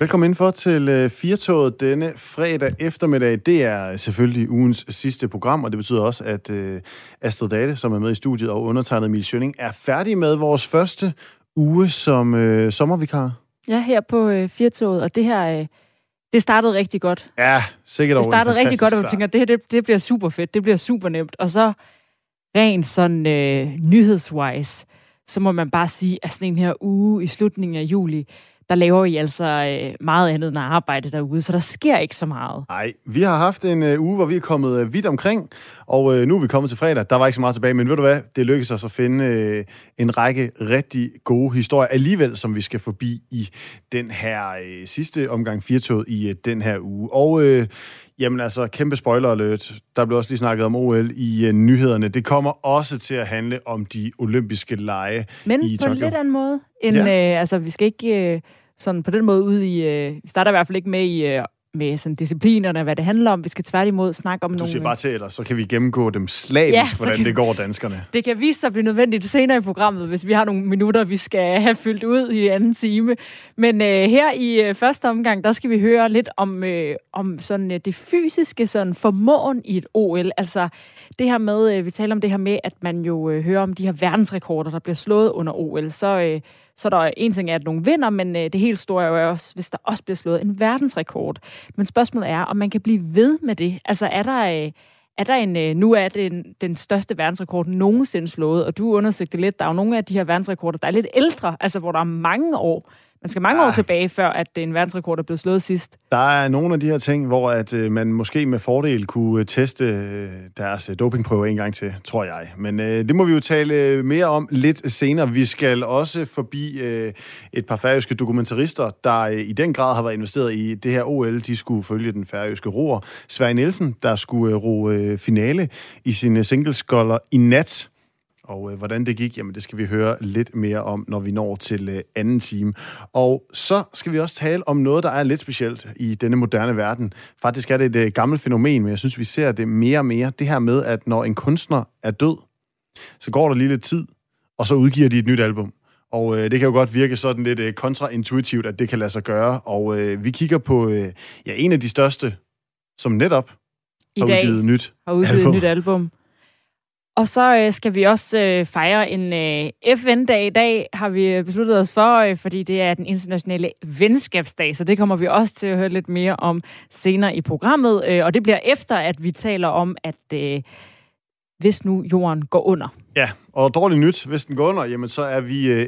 Velkommen indenfor til Firtoget denne fredag eftermiddag. Det er selvfølgelig ugens sidste program, og det betyder også, at Astrid Date, som er med i studiet, og undertegnet Emil Schønning, er færdig med vores første uge som sommervikar. Ja, her på Firtoget, og det her, det startede rigtig godt. Ja, sikkert over. Det startede rigtig godt, og jeg tænker, det bliver super fedt, det bliver super nemt. Og så rent sådan nyhedswise, så må man bare sige, at sådan en her uge i slutningen af juli, der laver I altså meget andet end arbejde derude, så der sker ikke så meget. Nej, vi har haft en uge, hvor vi er kommet vidt omkring, og nu er vi kommet til fredag. Der var ikke så meget tilbage, men ved du hvad? Det lykkedes os at finde en række rigtig gode historier alligevel, som vi skal forbi i den her sidste omgang Firtoget i den her uge. Og jamen altså, kæmpe spoiler alert. Der blev også lige snakket om OL i nyhederne. Det kommer også til at handle om de olympiske lege men i Tokyo. Men på en lidt anden måde. Altså, vi skal ikke sådan på den måde ud i... vi starter i hvert fald ikke med sådan disciplinerne, hvad det handler om. Vi skal tværtimod snakke om nogle... Du siger bare til, eller så kan vi gennemgå dem slavisk, hvordan det går danskerne. Det kan vise sig at blive nødvendigt senere i programmet, hvis vi har nogle minutter, vi skal have fyldt ud i anden time. Men her i første omgang, der skal vi høre lidt om sådan det fysiske sådan formåen i et OL. Altså det her med, vi taler om det her med, at man jo hører om de her verdensrekorder, der bliver slået under OL. Så der er en ting af, at nogen vinder, men det helt store er jo også, hvis der også bliver slået en verdensrekord. Men spørgsmålet er, om man kan blive ved med det. Altså er der en, nu er det den største verdensrekord nogensinde slået, og du undersøgte lidt, der er jo nogle af de her verdensrekorder, der er lidt ældre, altså hvor der er mange år. Man skal mange år tilbage, før at en verdensrekord er blevet slået sidst. Der er nogle af de her ting, hvor at man måske med fordel kunne teste deres dopingprøve en gang til, tror jeg. Men det må vi jo tale mere om lidt senere. Vi skal også forbi et par færøske dokumentarister, der i den grad har været investeret i det her OL. De skulle følge den færøske roer. Sverre Nielsen, der skulle ro finale i sin singlesculler i nat. Og hvordan det gik, jamen det skal vi høre lidt mere om, når vi når til anden time. Og så skal vi også tale om noget, der er lidt specielt i denne moderne verden. Faktisk er det et gammelt fænomen, men jeg synes, vi ser det mere og mere. Det her med, at når en kunstner er død, så går der lige lidt tid, og så udgiver de et nyt album. Og det kan jo godt virke sådan lidt kontraintuitivt, at det kan lade sig gøre. Og vi kigger på en af de største, som netop har udgivet et nyt album. Og så skal vi også fejre en FN-dag i dag, har vi besluttet os for, fordi det er den internationale venskabsdag, så det kommer vi også til at høre lidt mere om senere i programmet. Og det bliver efter, at vi taler om, at hvis nu jorden går under. Ja, og dårligt nyt, hvis den går under, jamen så er vi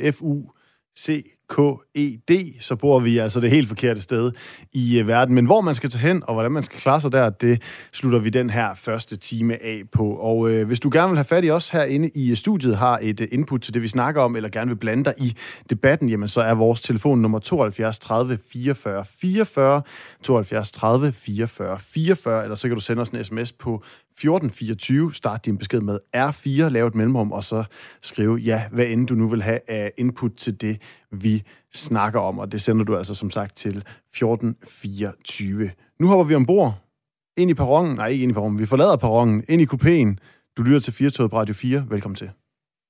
FUCKED, så bor vi altså det helt forkerte sted i verden. Men hvor man skal tage hen, og hvordan man skal klare sig der, det slutter vi den her første time af på. Og hvis du gerne vil have fat i os herinde i studiet, har et input til det, vi snakker om, eller gerne vil blande dig i debatten, jamen så er vores telefonnummer 72 30 44 44, 72 30 44 44, eller så kan du sende os en sms på 1424, start din besked med R4, lav et mellemrum, og så skrive, hvad end du nu vil have af input til det, vi snakker om. Og det sender du altså som sagt til 1424. Nu hopper vi ombord, ind i perronen, nej ikke ind i perronen, vi forlader perronen, ind i kupéen. Du lytter til Firtoget på Radio 4. Velkommen til.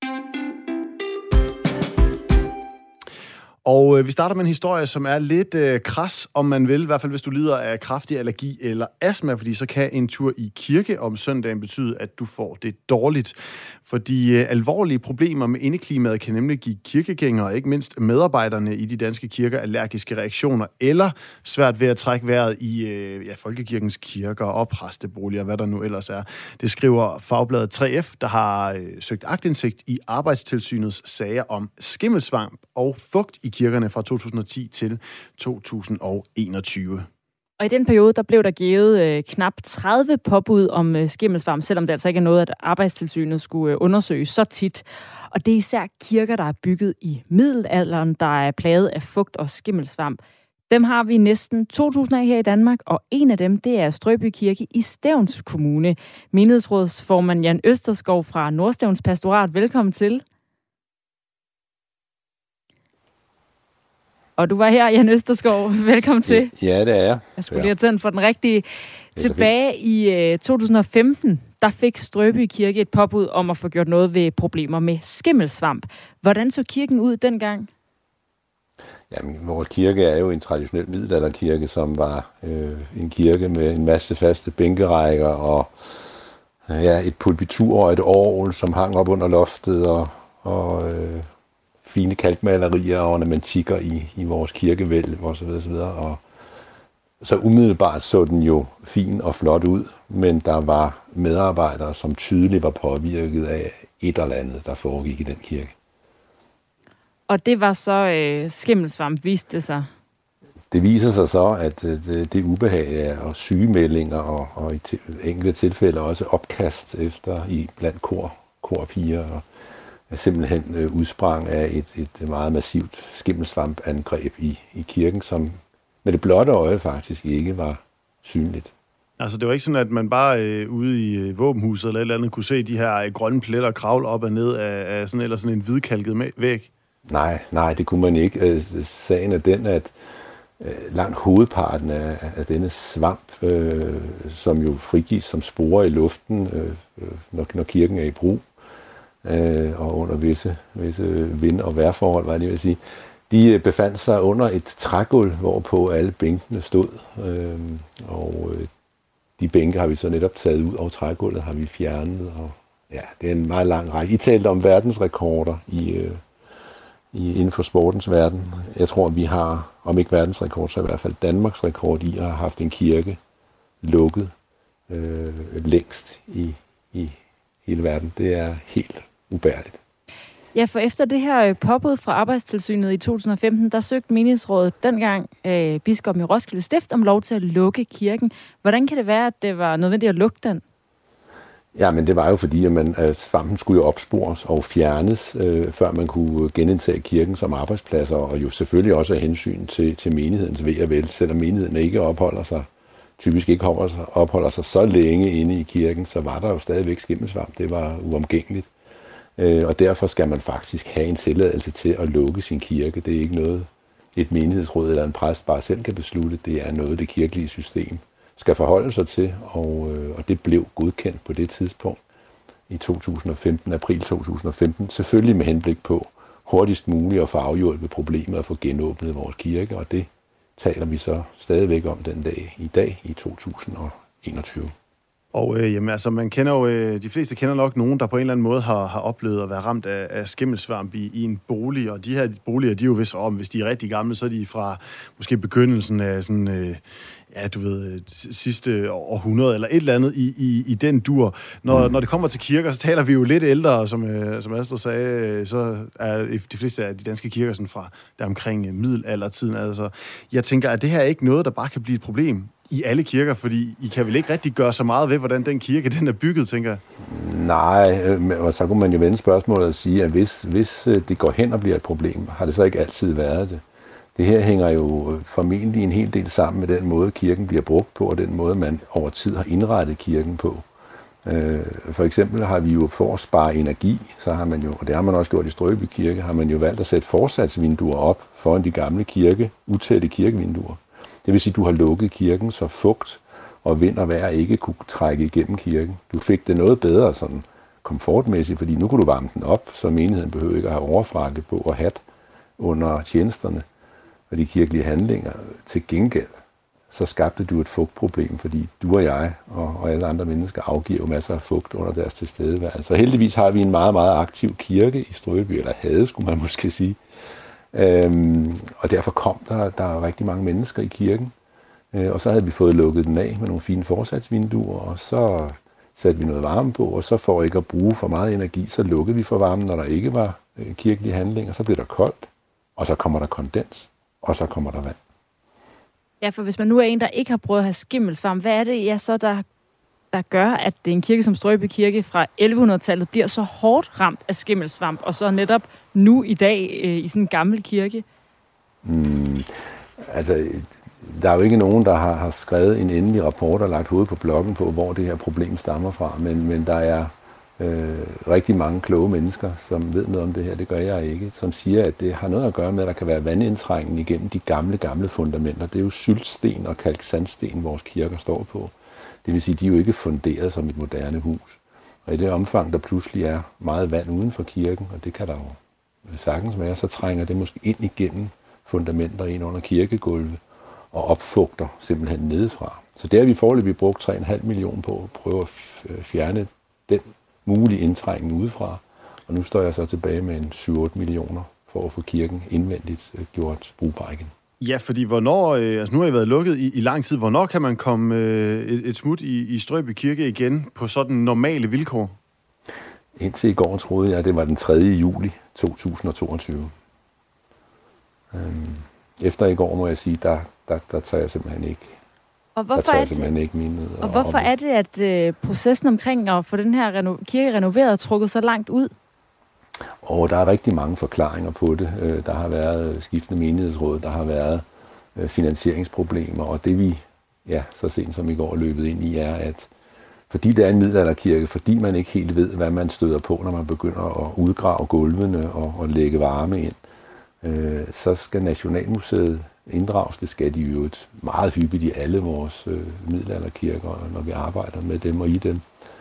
Og vi starter med en historie, som er lidt kras, om man vil. I hvert fald, hvis du lider af kraftig allergi eller astma, fordi så kan en tur i kirke om søndagen betyde, at du får det dårligt. Fordi alvorlige problemer med indeklimaet kan nemlig give kirkegængere, og ikke mindst medarbejderne i de danske kirker, allergiske reaktioner, eller svært ved at trække vejret i folkekirkens kirker og præsteboliger, hvad der nu ellers er. Det skriver fagbladet 3F, der har søgt aktindsigt i Arbejdstilsynets sager om skimmelsvamp og fugt i kirkerne fra 2010 til 2021. Og i den periode, der blev der givet knap 30 påbud om skimmelsvamp, selvom det altså ikke er noget, at Arbejdstilsynet skulle undersøge så tit. Og det er især kirker, der er bygget i middelalderen, der er plaget af fugt og skimmelsvamp. Dem har vi næsten 2.000 af her i Danmark, og en af dem, det er Strøby Kirke i Stevns Kommune. Menighedsrådsformand Jan Østerskov fra Nordstevns Pastorat, velkommen til. Og du var her, Jan Østerskov. Velkommen til. Ja, det er jeg. Jeg skulle lige have tændt for den rigtige. Tilbage i 2015, der fik Strøby Kirke et påbud om at få gjort noget ved problemer med skimmelsvamp. Hvordan så kirken ud dengang? Jamen, vores kirke er jo en traditionel middelalderkirke, som var en kirke med en masse faste bænkerækker og et pulpitur og et orgel, som hang op under loftet og fine kalkmalerier og ornamentikker i vores kirkevælv og så videre, så videre. Og så umiddelbart så den jo fin og flot ud, men der var medarbejdere, som tydeligt var påvirket af et eller andet, der foregik i den kirke. Og det var så skimmelsvamp, viste det sig? Det viser sig så, at det ubehag og sygemeldinger og i enkelte tilfælde også opkast blandt korpiger og simpelthen udsprang af et meget massivt skimmelsvampangreb i kirken, som med det blotte øje faktisk ikke var synligt. Altså, det var ikke sådan, at man bare ude i våbenhuset eller et eller andet kunne se de her grønne pletter kravle op og ned af sådan en hvidkalket væg? Nej, det kunne man ikke. Sagen er den, at langt hovedparten af denne svamp, som jo frigives som sporer i luften, når kirken er i brug, og under visse vind- og vejrforhold, var det vil sige, de befandt sig under et trægulv, hvorpå alle bænkene stod. Og de bænke har vi så netop taget ud, og trægulvet har vi fjernet. Og ja, det er en meget lang række. I talte om verdensrekorder inden for sportens verden. Jeg tror, vi har, om ikke verdensrekord, så i hvert fald Danmarks rekord i at have haft en kirke lukket længst i hele verden. Det er helt ubærligt. Ja, for efter det her påbud fra Arbejdstilsynet i 2015, der søgte menighedsrådet dengang biskoppen i Roskilde Stift om lov til at lukke kirken. Hvordan kan det være, at det var nødvendigt at lukke den? Ja, men det var jo fordi, at svampen skulle jo opspores og fjernes, før man kunne genindtage kirken som arbejdspladser, og jo selvfølgelig også af hensyn til menighedens ve og vel, selvom menigheden ikke typisk ikke opholder sig så længe inde i kirken, så var der jo stadigvæk skimmelsvamp. Det var uomgængeligt. Og derfor skal man faktisk have en tilladelse til at lukke sin kirke. Det er ikke noget, et menighedsråd eller en præst bare selv kan beslutte. Det er noget, det kirkelige system skal forholde sig til, og det blev godkendt på det tidspunkt i april 2015, selvfølgelig med henblik på hurtigst muligt at få afhjulpet problemet og få genåbnet vores kirke, og det taler vi så stadigvæk om den dag i dag i 2021. Og man kender jo, de fleste kender nok nogen, der på en eller anden måde har oplevet at være ramt af skimmelsvamp i en bolig, og de her boliger, de er jo hvis de er rigtig gamle, så er de fra måske begyndelsen af sådan, sidste århundrede eller et eller andet i den dur. Når det kommer til kirker, så taler vi jo lidt ældre, som Astrid sagde, så er de fleste af de danske kirker sådan fra der omkring middelaldertiden. Altså, jeg tænker, at det her er ikke noget, der bare kan blive et problem i alle kirker, fordi I kan vel ikke rigtig gøre så meget ved, hvordan den kirke den er bygget, tænker jeg? Nej, og så kunne man jo vende spørgsmålet og sige, at hvis det går hen og bliver et problem, har det så ikke altid været det. Det her hænger jo formentlig en hel del sammen med den måde, kirken bliver brugt på, og den måde, man over tid har indrettet kirken på. For eksempel har vi jo for at spare energi, så har man jo, og det har man også gjort i Strøby Kirke, har man jo valgt at sætte forsatsvinduer op foran de gamle utætte kirkevinduer. Det vil sige, at du har lukket kirken, så fugt og vind og vejr ikke kunne trække igennem kirken. Du fik det noget bedre sådan komfortmæssigt, fordi nu kunne du varme den op, så menigheden behøvede ikke at have overfrakke på og hat under tjenesterne og de kirkelige handlinger. Til gengæld, så skabte du et fugtproblem, fordi du og jeg og alle andre mennesker afgiver masser af fugt under deres tilstedeværelse. Så heldigvis har vi en meget, meget aktiv kirke i Strøby, eller havde, skulle man måske sige. Og derfor kom der rigtig mange mennesker i kirken. Og så havde vi fået lukket den af med nogle fine forsatsvinduer, og så satte vi noget varme på, og så for ikke at bruge for meget energi, så lukkede vi for varmen, når der ikke var kirkelige handlinger. Så blev der koldt, og så kommer der kondens, og så kommer der vand. Ja, for hvis man nu er en, der ikke har prøvet at have skimmelsvamp, hvad er det så, der gør, at det er en kirke som Strøby Kirke fra 1100-tallet bliver så hårdt ramt af skimmelsvamp, og så netop nu i dag i sådan en gammel kirke? Der er jo ikke nogen, der har skrevet en endelig rapport og lagt hovedet på blokken på, hvor det her problem stammer fra, men der er rigtig mange kloge mennesker, som ved noget om det her, det gør jeg ikke, som siger, at det har noget at gøre med, at der kan være vandindtrængen igennem de gamle fundamenter. Det er jo syltsten og kalksandsten, vores kirker står på. Det vil sige, at de er jo ikke funderet som et moderne hus. Og i det omfang, der pludselig er meget vand uden for kirken, og det kan der jo sagtens være, så trænger det måske ind igennem fundamenter ind under kirkegulve og opfugter simpelthen nedefra. Så der har vi foreløbig brugt 3,5 millioner på at prøve at fjerne den mulige indtrængning udefra. Og nu står jeg så tilbage med en 7-8 millioner for at få kirken indvendigt gjort brugbar igen. Ja, fordi hvornår, altså nu har I været lukket i lang tid, hvornår kan man komme et smut i Strøby Kirke igen på sådan normale vilkår? Indtil i går troede jeg, at det var den 3. juli 2022. Efter i går må jeg sige, der tager jeg simpelthen ikke. Og hvorfor er det, at processen omkring at få den her kirke renoveret er trukket så langt ud? Og der er rigtig mange forklaringer på det. Der har været skiftende menighedsråd, der har været finansieringsproblemer, og det vi så sent som i går løbet ind i er, at fordi det er en middelalderkirke, fordi man ikke helt ved, hvad man støder på, når man begynder at udgrave gulvene og lægge varme ind, så skal Nationalmuseet inddrages. Det skal de jo meget hyppigt i alle vores middelalderkirker, når vi arbejder med dem og i dem.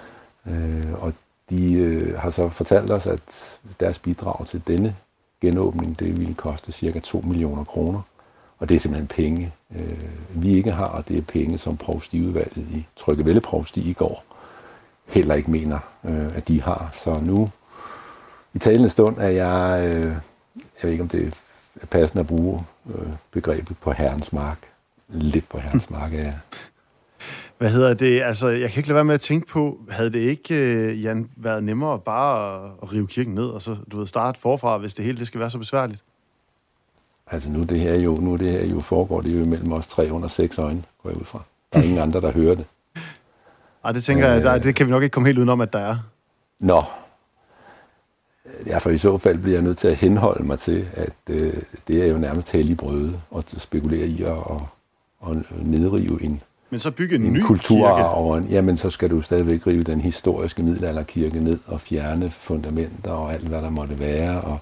Og de har så fortalt os, at deres bidrag til denne genåbning, det ville koste ca. 2 millioner kroner. Og det er simpelthen penge, vi ikke har, og det er penge, som provstiudvalget i Tryggevælde Provsti i går heller ikke mener, at de har. Så nu, i talende stund, er jeg ved ikke, om det er passende at bruge begrebet på herrens mark. Lidt på herrens mark, ja. Hvad hedder det? Altså, jeg kan ikke lade være med at tænke på, havde det ikke, Jan, været nemmere bare at rive kirken ned, og så starte forfra, hvis det hele det skal være så besværligt? Altså nu er det her jo foregår det jo imellem os 3 under 6 øjne, går jeg ud fra. Der er ingen andre, der hører det. Ej, det tænker jeg, det kan vi nok ikke komme helt udenom, at der er. Nå. Ja, for i så fald bliver jeg nødt til at henholde mig til, at det er jo nærmest hellig brøde at spekulere i at nedrive men så bygge en ny kulturarv. Jamen, så skal du stadigvæk rive den historiske middelalderkirke ned og fjerne fundamenter og alt, hvad der måtte være. Og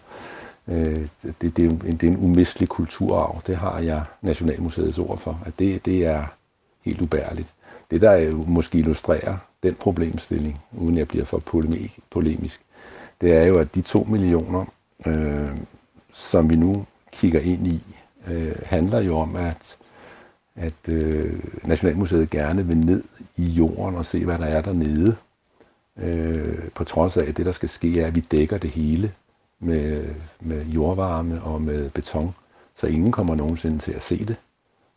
det er en umistelig kulturarv. Det har jeg Nationalmuseets ord for, at det er helt ubærligt. Det, der jo måske illustrerer den problemstilling, uden jeg bliver for polemisk, det er jo, at de 2 millioner, som vi nu kigger ind i, handler jo om, at Nationalmuseet gerne vil ned i jorden og se, hvad der er dernede. På trods af, at det, der skal ske, er, at vi dækker det hele med jordvarme og med beton, så ingen kommer nogensinde til at se det.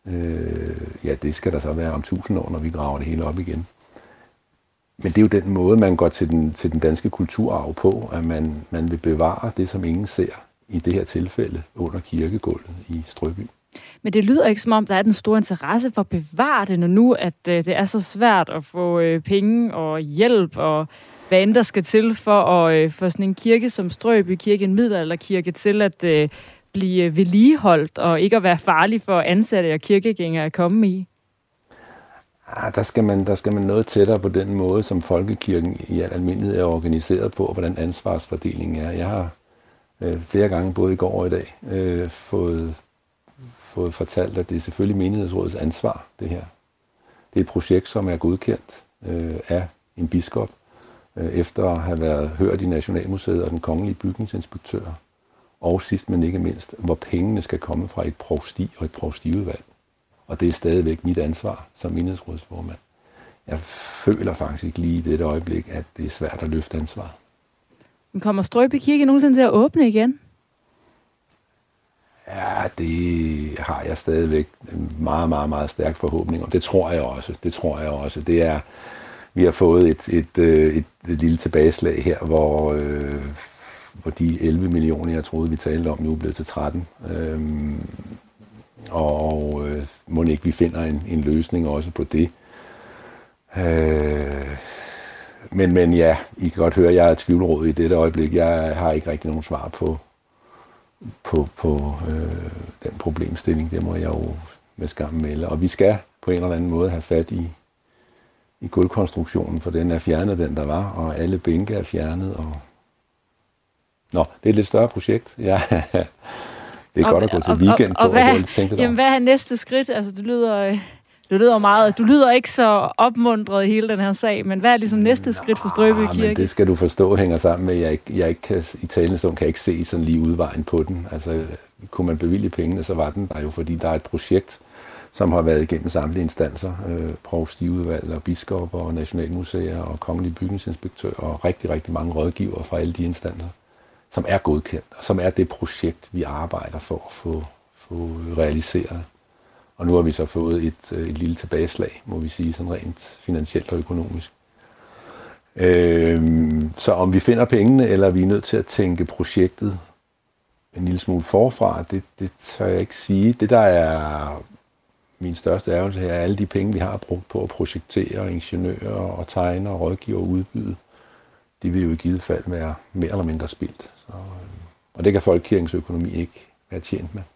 Det skal der så være om 1000 år, når vi graver det hele op igen. Men det er jo den måde, man går til den danske kulturarv på, at man vil bevare det, som ingen ser, i det her tilfælde under kirkegulvet i Strøby. Men det lyder ikke som om, der er den store interesse for at bevare det, når nu at det er så svært at få penge og hjælp og hvad end der skal til for at få sådan en kirke som Strøby Kirke, en middelalderkirke, til at blive vedligeholdt og ikke at være farlig for ansatte og kirkegængere at komme i? Der skal man noget tættere på den måde, som folkekirken i al almindelighed er organiseret på, og hvordan ansvarsfordelingen er. Jeg har flere gange, både i går og i dag, fået fortalt, at det er selvfølgelig menighedsrådets ansvar, det her. Det er et projekt, som er godkendt af en biskop, efter at have været hørt i Nationalmuseet og den kongelige bygningsinspektør, og sidst men ikke mindst, hvor pengene skal komme fra et provsti og et provstiudvalg. Og det er stadigvæk mit ansvar som menighedsrådsformand. Jeg føler faktisk ikke lige i dette øjeblik, at det er svært at løfte ansvaret. Men kommer Strøby Kirke nogensinde til at åbne igen? Ja, det har jeg stadigvæk meget, meget, meget stærk forhåbning om. Det tror jeg også. Det er, vi har fået et lille tilbageslag her, hvor de 11 millioner, jeg troede, vi talte om, nu er blevet til 13. Må ikke vi finder en løsning også på det. Men ja, I kan godt høre, at jeg er tvivlråd i dette øjeblik. Jeg har ikke rigtig nogen svar på den problemstilling. Det må jeg jo med skam melde. Og vi skal på en eller anden måde have fat i gulvkonstruktionen, for den er fjernet, den der var, og alle bænke er fjernet. Nå, det er et lidt større projekt. Ja. Det er godt at gå til weekend på. Hvad er næste skridt? Altså, det Du lyder ikke så opmuntret i hele den her sag, men hvad er ligesom næste skridt for Strøby Kirke? Men det skal du forstå hænger sammen med, at jeg ikke kan, i talende stund kan jeg ikke se sådan lige udvejen på den. Altså, kunne man bevilge pengene, så var den der jo, fordi der er et projekt, som har været igennem samtlige instanser, provstiudvalg og biskopper og nationalmuseer og kongelige bygningsinspektører og rigtig, rigtig mange rådgivere fra alle de instanser, som er godkendt, og som er det projekt, vi arbejder for at få realiseret. Og nu har vi så fået et lille tilbageslag, må vi sige, sådan rent finansielt og økonomisk. Så om vi finder pengene, eller vi er nødt til at tænke projektet en lille smule forfra, det tør jeg ikke sige. Det, der er min største ærgelse her, er alle de penge, vi har brugt på at projektere, ingeniører og tegnere, rådgiver og udbyde. De vil jo i givet fald være mere eller mindre spildt. Og det kan folkekirkens økonomi ikke være tjent med.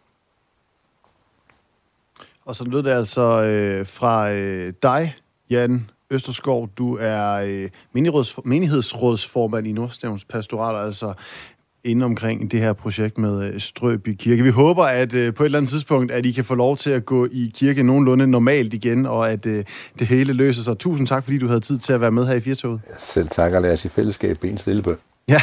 Og så lød det altså fra dig, Jan Østerskov. Du er menighedsrådsformand i Nordstævns Pastorat, altså inde omkring det her projekt med Strøby Kirke. Vi håber, at på et eller andet tidspunkt, at I kan få lov til at gå i kirke nogenlunde normalt igen, og at det hele løser sig. Tusind tak, fordi du havde tid til at være med her i Firtoget. Selv tak, og lad os i fællesskab bede en stille bøn. Ja.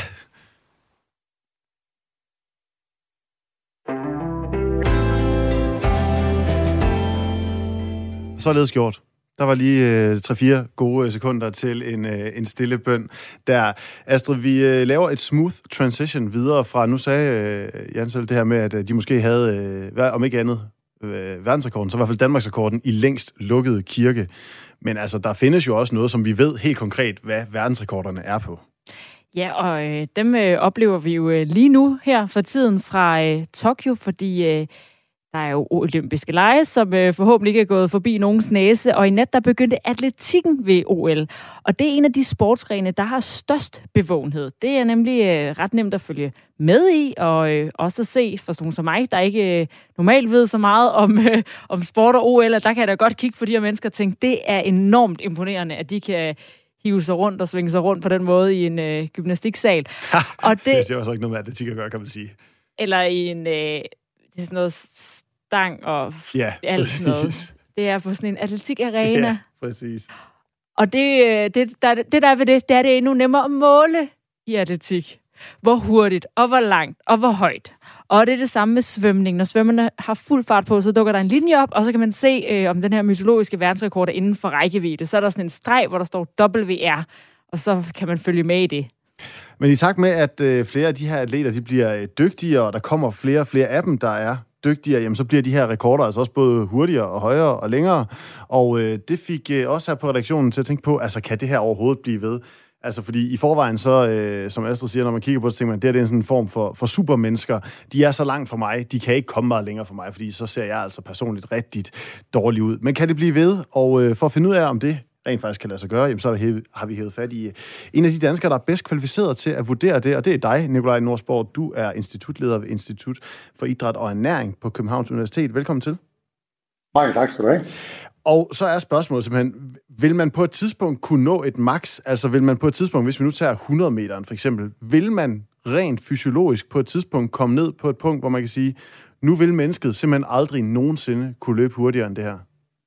Således gjort. Der var lige 3-4 gode sekunder til en stille bøn. Der, Astrid, vi laver et smooth transition videre fra, nu sagde Jan selv det her med, at de måske havde, om ikke andet, verdensrekorden, så i hvert fald Danmarksrekorden i længst lukkede kirke. Men altså, der findes jo også noget, som vi ved helt konkret, hvad verdensrekorderne er på. Ja, og dem oplever vi jo lige nu her for tiden fra Tokyo, fordi der er jo olympiske lege, som forhåbentlig ikke er gået forbi nogens næse, og i nat der begyndte atletikken ved OL. Og det er en af de sportsgrene, der har størst bevågenhed. Det er nemlig ret nemt at følge med i, og også at se for sådan som mig, der ikke normalt ved så meget om sport og OL, og der kan jeg da godt kigge på de her mennesker og tænke, det er enormt imponerende, at de kan hive sig rundt og svinge sig rundt på den måde i en gymnastiksal. Og det er også ikke noget med atletik at gøre, kan man sige. Eller i en det er sådan noget stang og alt sådan noget. Det er på sådan en atletik-arena. Ja, præcis. Og det der er ved det er det endnu nemmere at måle i atletik. Hvor hurtigt, og hvor langt, og hvor højt. Og det er det samme med svømning. Når svømmerne har fuld fart på, så dukker der en linje op, og så kan man se, om den her mytologiske verdensrekord er inden for rækkevidde. Så er der sådan en streg, hvor der står WR, og så kan man følge med i det. Men i takt med, at flere af de her atleter de bliver dygtigere, og der kommer flere og flere af dem, der er dygtigere, jamen så bliver de her rekorder altså også både hurtigere og højere og længere. Og det fik også her på redaktionen til at tænke på, altså kan det her overhovedet blive ved? Altså fordi i forvejen så, som Astrid siger, når man kigger på det, så tænker man, det er sådan en form for supermennesker. De er så langt fra mig, de kan ikke komme meget længere fra mig, fordi så ser jeg altså personligt rigtig dårligt ud. Men kan det blive ved? Og for at finde ud af, om det rent faktisk kan lade sig gøre, jamen så har vi hævet fat i en af de danskere, der er bedst kvalificeret til at vurdere det, og det er dig, Nikolaj Nordsborg. Du er institutleder ved Institut for Idræt og Ernæring på Københavns Universitet. Velkommen til. Mange tak skal du have. Og så er spørgsmålet simpelthen, vil man på et tidspunkt kunne nå et max? Altså vil man på et tidspunkt, hvis vi nu tager 100 meteren for eksempel, vil man rent fysiologisk på et tidspunkt komme ned på et punkt, hvor man kan sige, nu vil mennesket simpelthen aldrig nogensinde kunne løbe hurtigere end det her?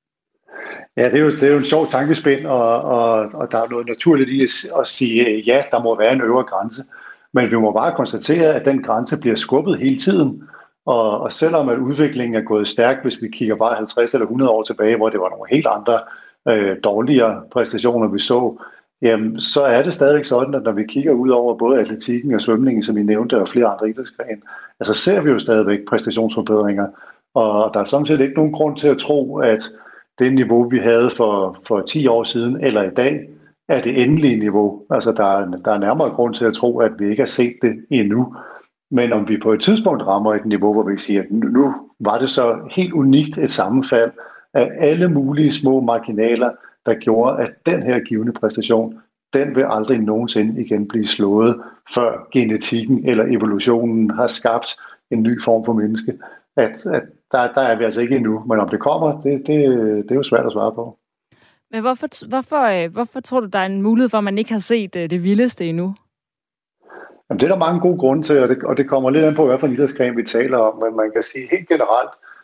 Ja, det er jo en sjov tankespind, og der er noget naturligt i at sige, ja, der må være en øvre grænse. Men vi må bare konstatere, at den grænse bliver skubbet hele tiden. Og selvom at udviklingen er gået stærkt, hvis vi kigger bare 50 eller 100 år tilbage, hvor det var nogle helt andre dårligere præstationer, vi så, jamen, så er det stadigvæk sådan, at når vi kigger ud over både atletikken og svømningen, som I nævnte, og flere andre idrætsgrene, altså ser vi jo stadigvæk præstationsforbedringer. Og der er samtidig ikke nogen grund til at tro, at det niveau, vi havde for 10 år siden, eller i dag, er det endelige niveau. Altså, der er nærmere grund til at tro, at vi ikke har set det endnu. Men om vi på et tidspunkt rammer et niveau, hvor vi siger, at nu var det så helt unikt et sammenfald af alle mulige små marginaler, der gjorde, at den her givende præstation, den vil aldrig nogensinde igen blive slået, før genetikken eller evolutionen har skabt en ny form for menneske. At der er vi altså ikke endnu, men om det kommer, det er jo svært at svare på. Men hvorfor tror du, der er en mulighed for, at man ikke har set det vildeste endnu? Jamen, det er der mange gode grunde til, og det kommer lidt an på, hvad for en idrætsgren vi taler om, men man kan sige helt generelt,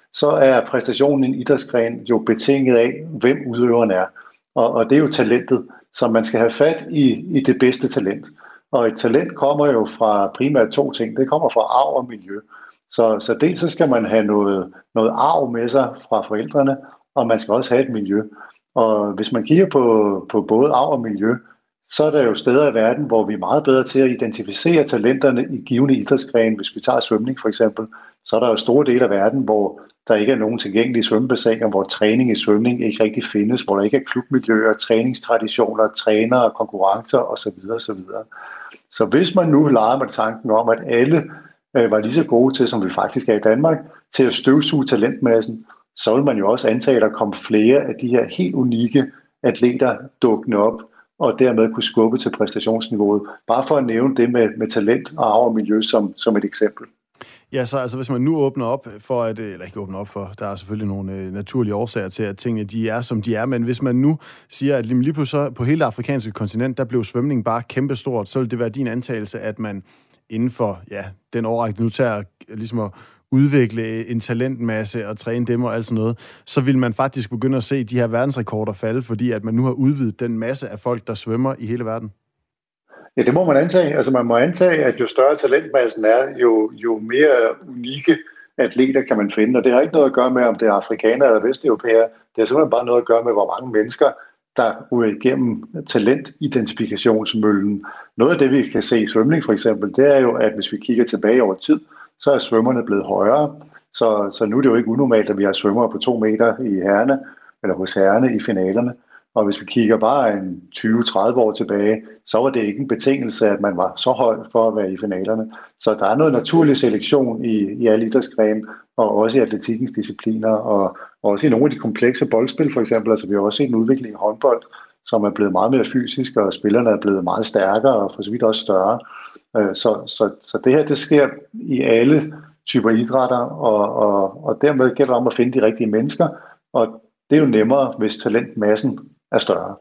så er præstationen i en idrætsgren jo betinget af, hvem udøveren er. Og det er jo talentet, så man skal have fat i det bedste talent. Og et talent kommer jo fra primært 2 ting. Det kommer fra arv og miljø. Så dels så skal man have noget arv med sig fra forældrene, og man skal også have et miljø. Og hvis man kigger på både arv og miljø, så er der jo steder i verden, hvor vi er meget bedre til at identificere talenterne i givende idrætsgrene. Hvis vi tager svømning for eksempel, så er der jo store dele af verden, hvor der ikke er nogen tilgængelige svømmebassiner, hvor træning i svømning ikke rigtig findes, hvor der ikke er klubmiljøer, træningstraditioner, trænere, konkurrencer osv. osv. Så hvis man nu leger med tanken om, at alle var lige så gode til, som vi faktisk er i Danmark, til at støvsuge talentmassen, så vil man jo også antage, at der kommer flere af de her helt unikke atleter dukkende op, og dermed kunne skubbe til præstationsniveauet. Bare for at nævne det med talent og arv og miljø som et eksempel. Ja, så altså hvis man nu åbner op for, eller ikke åbner op for, der er selvfølgelig nogle naturlige årsager til, at tingene de er, som de er, men hvis man nu siger, at lige pludselig på hele det afrikanske kontinent, der blev svømning bare kæmpestort, så vil det være din antagelse, at man inden for den årrække, nu tager ligesom at udvikle en talentmasse og træne dem og alt sådan noget, så vil man faktisk begynde at se de her verdensrekorder falde, fordi at man nu har udvidet den masse af folk, der svømmer i hele verden? Ja, det må man antage. Altså man må antage, at jo større talentmassen er, jo mere unikke atleter kan man finde. Og det har ikke noget at gøre med, om det er afrikanere eller vesteuropæere. Det har simpelthen bare noget at gøre med, hvor mange mennesker, der ryger igennem talentidentifikationsmøllen. Noget af det, vi kan se i svømning for eksempel, det er jo, at hvis vi kigger tilbage over tid, så er svømmerne blevet højere. Så nu er det jo ikke unormalt, at vi har svømmere på 2 meter i herrene, eller hos herrene i finalerne. Og hvis vi kigger bare en 20-30 år tilbage, så var det ikke en betingelse, at man var så høj for at være i finalerne. Så der er noget naturlig selektion i alle idrætsgrene, og også i atletikkens discipliner, og også i nogle af de komplekse boldspil for eksempel. Altså vi har også set en udvikling i håndbold, som er blevet meget mere fysisk, og spillerne er blevet meget stærkere, og for så vidt også større. Så det her, det sker i alle typer idrætter, og dermed gælder det om at finde de rigtige mennesker, og det er jo nemmere, hvis talentmassen er større.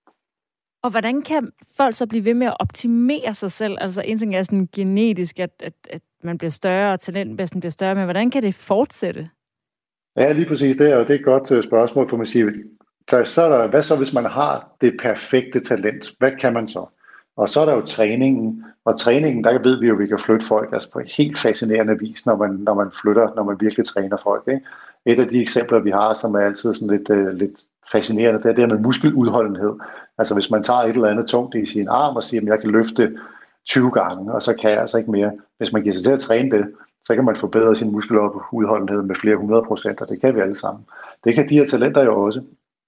Og hvordan kan folk så blive ved med at optimere sig selv? Altså en ting er sådan genetisk, at man bliver større, og talentmassen bliver større, men hvordan kan det fortsætte? Ja, lige præcis. Det er et godt spørgsmål, for man siger. Hvad så, hvis man har det perfekte talent? Hvad kan man så? Og så er der jo træningen, og træningen, der ved vi jo, at vi kan flytte folk altså på helt fascinerende vis, når man virkelig træner folk. Ikke? Et af de eksempler, vi har, som er altid sådan lidt fascinerende, det er det med muskeludholdenhed. Altså hvis man tager et eller andet tungt i sin arm og siger, at jeg kan løfte 20 gange, og så kan jeg altså ikke mere. Hvis man giver sig til at træne det, så kan man forbedre sin muskeludholdenhed med flere 100%, og det kan vi alle sammen. Det kan de her talenter jo også.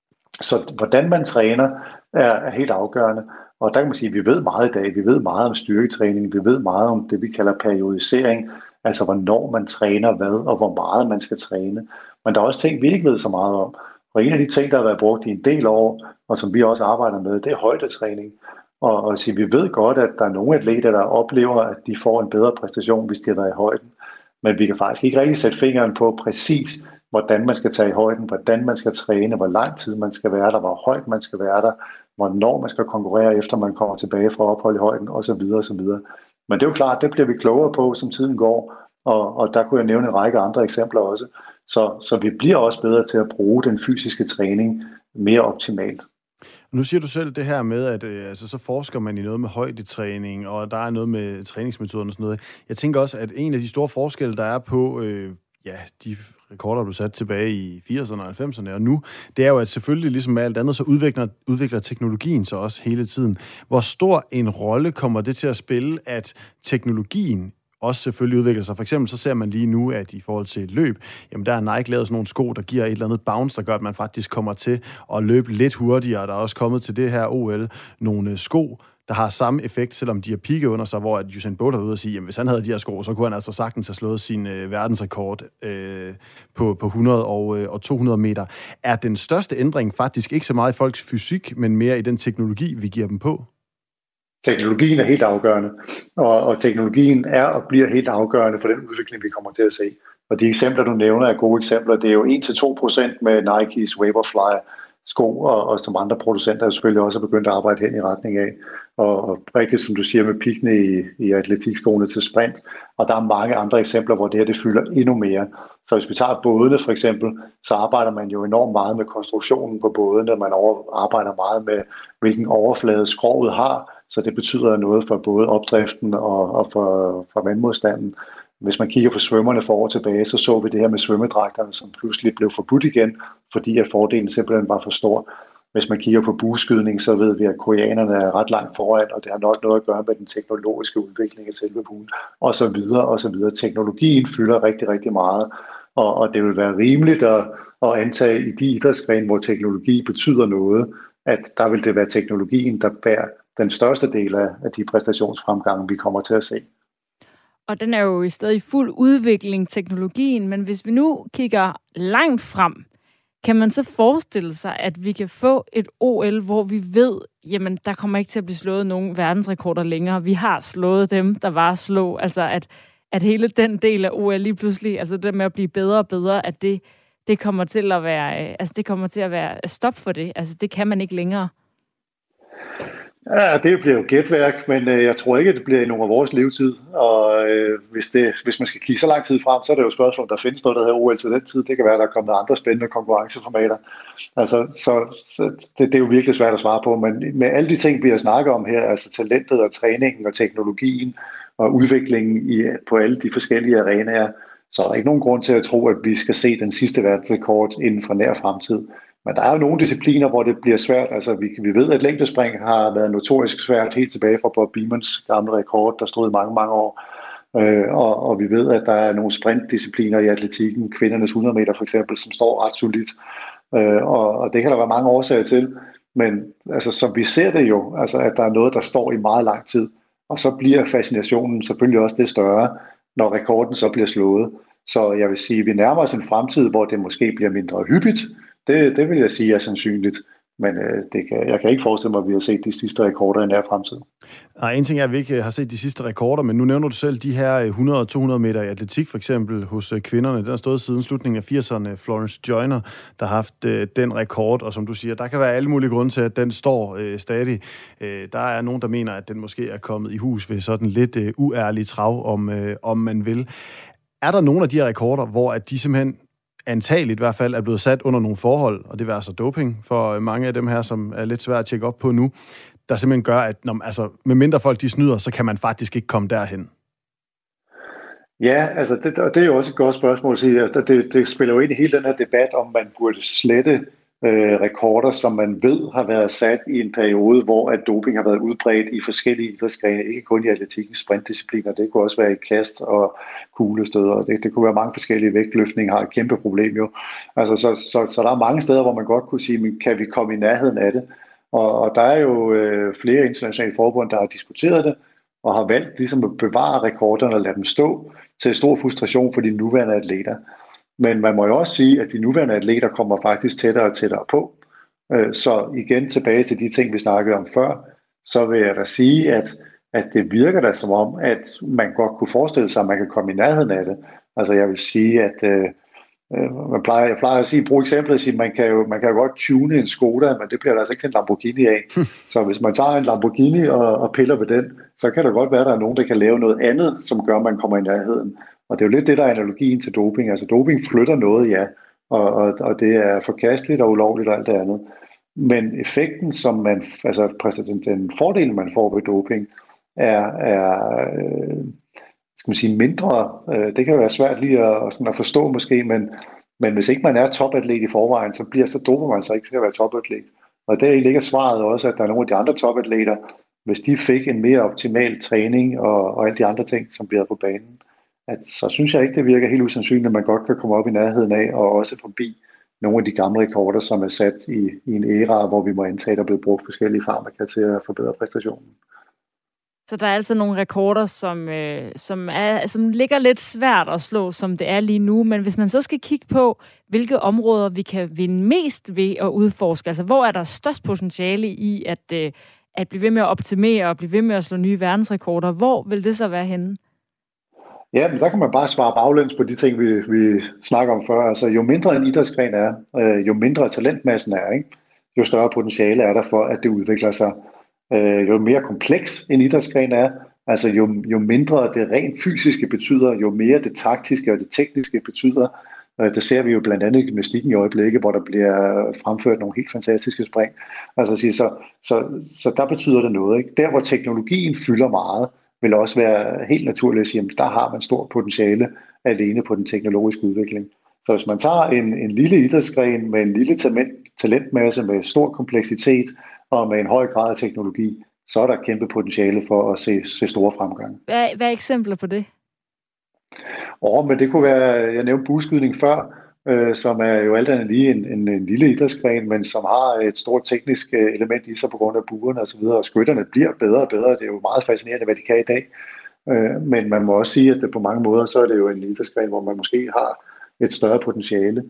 Så hvordan man træner er helt afgørende. Og der kan man sige, at vi ved meget i dag. Vi ved meget om styrketræning. Vi ved meget om det, vi kalder periodisering. Altså hvornår man træner hvad, og hvor meget man skal træne. Men der er også ting, vi ikke ved så meget om. Og en af de ting, der har været brugt i en del år, og som vi også arbejder med, det er højdetræning. Og vi ved godt, at der er nogle atleter, der oplever, at de får en bedre præstation, hvis de har været i højden. Men vi kan faktisk ikke rigtig sætte fingeren på præcis, hvordan man skal tage i højden, hvordan man skal træne, hvor lang tid man skal være der, hvor højt man skal være der, hvornår man skal konkurrere, efter man kommer tilbage fra ophold i højden, osv. osv. Men det er jo klart, det bliver vi klogere på, som tiden går, og der kunne jeg nævne en række andre eksempler også. Så vi bliver også bedre til at bruge den fysiske træning mere optimalt. Nu siger du selv det her med, at så forsker man i noget med højdetræning, og der er noget med træningsmetoder og sådan noget. Jeg tænker også, at en af de store forskelle, der er på de rekorder, du satte tilbage i 80'erne og 90'erne, og nu, det er jo, at selvfølgelig ligesom med alt andet, så udvikler teknologien så også hele tiden. Hvor stor en rolle kommer det til at spille, at teknologien også selvfølgelig udvikler sig? For eksempel så ser man lige nu, at i forhold til løb, jamen der er Nike lavet sådan nogle sko, der giver et eller andet bounce, der gør, at man faktisk kommer til at løbe lidt hurtigere. Der er også kommet til det her OL nogle sko, der har samme effekt, selvom de har pigget under sig, hvor Usain Bolt er ude og sige, at hvis han havde de her sko, så kunne han altså sagtens have slået sin verdensrekord på 100 og 200 meter. Er den største ændring faktisk ikke så meget i folks fysik, men mere i den teknologi, vi giver dem på? Teknologien er helt afgørende, og teknologien er og bliver helt afgørende for den udvikling, vi kommer til at se. Og de eksempler, du nævner, er gode eksempler. Det er jo 1-2% med Nikes Vaporfly sko, og som andre producenter jo selvfølgelig også er begyndt at arbejde hen i retning af. Og rigtigt, som du siger, med piggene i atletikskoene til sprint. Og der er mange andre eksempler, hvor det her det fylder endnu mere. Så hvis vi tager bådene for eksempel, så arbejder man jo enormt meget med konstruktionen på bådene. Man arbejder meget med, hvilken overflade skroget har. Så det betyder noget for både opdriften og for vandmodstanden. Hvis man kigger på svømmerne for år tilbage, så vi det her med svømmedragterne, som pludselig blev forbudt igen, fordi at fordelen simpelthen var for stor. Hvis man kigger på bueskydning, så ved vi, at koreanerne er ret langt foran, og det har nok noget at gøre med den teknologiske udvikling af selve buen, og så videre, og så videre. Teknologien fylder rigtig, rigtig meget, og det vil være rimeligt at antage i de idrætsgrene, hvor teknologi betyder noget, at der vil det være teknologien, der bærer den største del af de præstationsfremgange, vi kommer til at se. Og den er jo i stedet i fuld udvikling, teknologien, men hvis vi nu kigger langt frem, kan man så forestille sig, at vi kan få et OL, hvor vi ved, jamen der kommer ikke til at blive slået nogen verdensrekorder længere. Vi har slået dem, der var at slå. Altså at hele den del af OL lige pludselig, altså det med at blive bedre og bedre, at det kommer til at være, det kommer til at være stop for det. Altså det kan man ikke længere. Ja, det bliver jo gætværk, men jeg tror ikke, at det bliver i nogen af vores levetid. Og hvis man skal kigge så lang tid frem, så er det jo spørgsmål, om der findes noget, der hedder OL til den tid. Det kan være, at der er kommet andre spændende konkurrenceformater. Altså, det er jo virkelig svært at svare på. Men med alle de ting, vi har snakket om her, altså talentet og træningen og teknologien og udviklingen på alle de forskellige arenaer, så er der ikke nogen grund til at tro, at vi skal se den sidste verdensrekord inden for nær fremtid. Men der er jo nogle discipliner, hvor det bliver svært. Altså, vi ved, at længdespring har været notorisk svært helt tilbage fra Bob Beamons gamle rekord, der stod i mange, mange år. Og vi ved, at der er nogle sprintdiscipliner i atletikken, kvindernes 100 meter for eksempel, som står ret solidt. Og det kan der være mange årsager til. Men altså, som vi ser det jo, altså, at der er noget, der står i meget lang tid. Og så bliver fascinationen selvfølgelig også det større, når rekorden så bliver slået. Så jeg vil sige, at vi nærmer os en fremtid, hvor det måske bliver mindre hyppigt. Det vil jeg sige er sandsynligt, men jeg kan ikke forestille mig, at vi har set de sidste rekorder i nær fremtid. Nej, en ting er, at vi ikke har set de sidste rekorder, men nu nævner du selv de her 100 og 200 meter i atletik, for eksempel hos kvinderne. Den har stået siden slutningen af 80'erne. Florence Joyner, der har haft den rekord, og som du siger, der kan være alle mulige grunde til, at den står stadig. Der er nogen, der mener, at den måske er kommet i hus ved sådan lidt uærlig trav, om man vil. Er der nogle af de her rekorder, hvor at de simpelthen antageligt i hvert fald er blevet sat under nogle forhold, og det vil altså doping for mange af dem her, som er lidt svært at tjekke op på nu, der simpelthen gør, at med mindre folk de snyder, så kan man faktisk ikke komme derhen. Ja, altså det er jo også et godt spørgsmål at sige. Det spiller jo ind i hele den her debat, om man burde slette rekorder, som man ved har været sat i en periode, hvor at doping har været udbredt i forskellige idrætsgrene, ikke kun i atletikkens sprintdiscipliner, det kunne også være i kast og kuglestød, og det kunne være mange forskellige vægtløftninger, har et kæmpe problem jo. Altså, så der er mange steder, hvor man godt kunne sige, men kan vi komme i nærheden af det? Og der er jo flere internationale forbund, der har diskuteret det, og har valgt ligesom at bevare rekorderne og lade dem stå til stor frustration for de nuværende atleter. Men man må jo også sige, at de nuværende atleter kommer faktisk tættere og tættere på. Så igen tilbage til de ting, vi snakkede om før, så vil jeg da sige, at det virker da som om, at man godt kunne forestille sig, at man kan komme i nærheden af det. Altså jeg vil sige, at jeg plejer at sige, brug eksemplet at sige, man kan jo godt tune en Skoda, men det bliver der altså ikke til en Lamborghini af. Så hvis man tager en Lamborghini og piller ved den, så kan det godt være, at der er nogen, der kan lave noget andet, som gør, at man kommer i nærheden. Og det er jo lidt det, der er analogien til doping. Altså doping flytter noget, ja, og det er forkasteligt og ulovligt og alt det andet. Men effekten, som den fordel, man får ved doping, er skal man sige, mindre. Det kan jo være svært lige at forstå måske, men hvis ikke man er topatlet i forvejen, så doper man sig ikke til at være topatlet. Og der ligger svaret også, at der er nogle af de andre topatleter, hvis de fik en mere optimal træning og alle de andre ting, som bliver på banen, så synes jeg ikke, det virker helt usandsynligt, at man godt kan komme op i nærheden af, og også forbi nogle af de gamle rekorder, som er sat i en æra, hvor vi må antage, der er blevet brugt forskellige farmaka til at forbedre præstationen. Så der er altså nogle rekorder, som ligger lidt svært at slå, som det er lige nu. Men hvis man så skal kigge på, hvilke områder vi kan vinde mest ved at udforske, altså hvor er der størst potentiale i at blive ved med at optimere og blive ved med at slå nye verdensrekorder, hvor vil det så være henne? Ja, men der kan man bare svare baglæns på de ting, vi snakker om før. Altså, jo mindre en idrætsgren er, jo mindre talentmassen er, ikke? Jo større potentiale er der for, at det udvikler sig. Jo mere kompleks en idrætsgren er, altså jo mindre det rent fysiske betyder, jo mere det taktiske og det tekniske betyder, Det ser vi jo blandt andet i gymnastikken i øjeblikket, hvor der bliver fremført nogle helt fantastiske spring. Altså, så der betyder det noget. Ikke? Der, hvor teknologien fylder meget, vil også være helt naturligt at sige, at der har man stort potentiale alene på den teknologiske udvikling. Så hvis man tager en lille idrætsgren med en lille talentmasse, med stor kompleksitet og med en høj grad af teknologi, så er der kæmpe potentiale for at se store fremgang. Hvad er eksempler på det? Men det kunne være, jeg nævnte bueskydning før, som er jo alt andet lige en lille idrætsgren, men som har et stort teknisk element i sig på grund af buerne osv., og skytterne bliver bedre og bedre. Det er jo meget fascinerende, hvad de kan i dag. Men man må også sige, at det på mange måder, så er det jo en idrætsgren, hvor man måske har et større potentiale.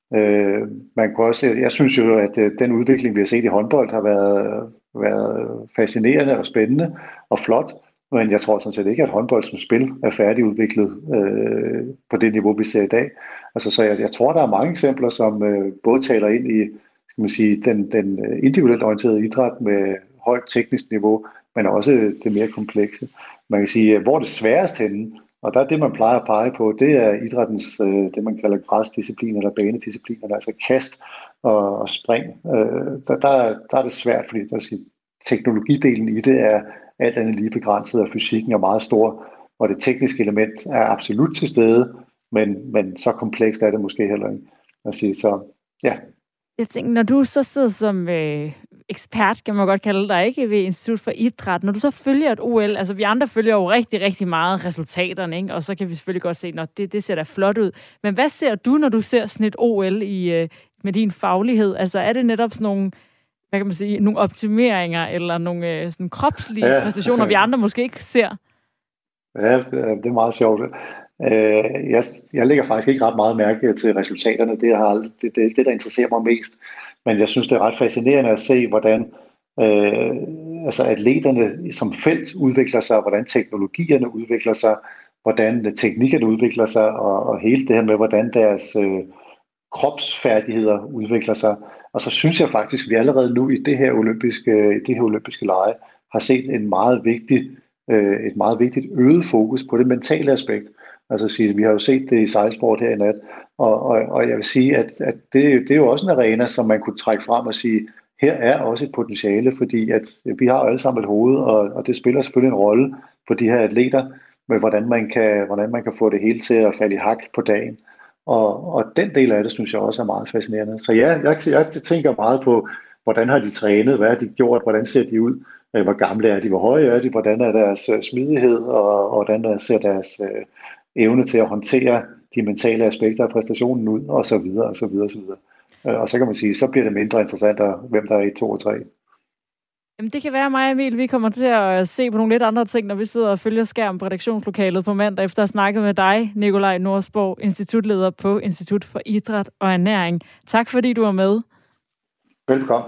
Man kan også, jeg synes jo, at den udvikling, vi har set i håndbold, har været fascinerende og spændende og flot. Men jeg tror sådan set ikke, at håndbold som spil er færdigudviklet på det niveau, vi ser i dag. Altså, så jeg tror, der er mange eksempler, som både taler ind i, skal man sige, den individuelt orienterede idræt med højt teknisk niveau, men også det mere komplekse. Man kan sige, hvor det sværest henne, og der er det, man plejer at pege på, det er idrættens, det man kalder græsdisciplin eller banediscipliner, altså kast og spring. Der er det svært, fordi der siger, teknologidelen i det er alt andet lige begrænset, og fysikken er meget stor, og det tekniske element er absolut til stede, men så komplekst er det måske heller ikke. Altså, så, ja. Jeg tænker, når du så sidder som ekspert, kan man godt kalde dig, ikke, ved Institut for Idræt, når du så følger et OL, altså vi andre følger jo rigtig, rigtig meget resultaterne, ikke? Og så kan vi selvfølgelig godt se, at det ser da flot ud. Men hvad ser du, når du ser sådan et OL med din faglighed? Altså er det netop sådan nogle, hvad kan man sige, nogle optimeringer eller nogle sådan kropslige præstationer, vi andre måske ikke ser? Ja, det er meget sjovt. Jeg lægger faktisk ikke ret meget mærke til resultaterne. Det er ikke det, der interesserer mig mest. Men jeg synes, det er ret fascinerende at se, hvordan atleterne som felt udvikler sig, hvordan teknologierne udvikler sig, hvordan teknikkerne udvikler sig, og hele det her med, hvordan deres kropsfærdigheder udvikler sig. Og så synes jeg faktisk, at vi allerede nu i det her olympiske lege har set et meget vigtigt øget fokus på det mentale aspekt. Altså vi har jo set det i sejlsport her i nat, og jeg vil sige, at det er jo også en arena, som man kunne trække frem og sige, her er også et potentiale, fordi at vi har alle sammen et hoved, og det spiller selvfølgelig en rolle for de her atleter, med hvordan man kan få det hele til at falde i hak på dagen. Og den del af det, synes jeg også er meget fascinerende. Så ja, jeg tænker meget på, hvordan har de trænet, hvad har de gjort, hvordan ser de ud, hvor gamle er de, hvor høje er de, hvordan er deres smidighed, og hvordan ser deres evne til at håndtere de mentale aspekter af præstationen ud, og så videre, og så videre, og så videre. Og så kan man sige, så bliver det mindre interessant, hvem der er 1, 2 og 3. Jamen det kan være mig og Emil, vi kommer til at se på nogle lidt andre ting, når vi sidder og følger skærm på redaktionslokalet på mandag, efter at have snakket med dig, Nikolaj Nordsborg, institutleder på Institut for Idræt og Ernæring. Tak fordi du var med. Velkommen.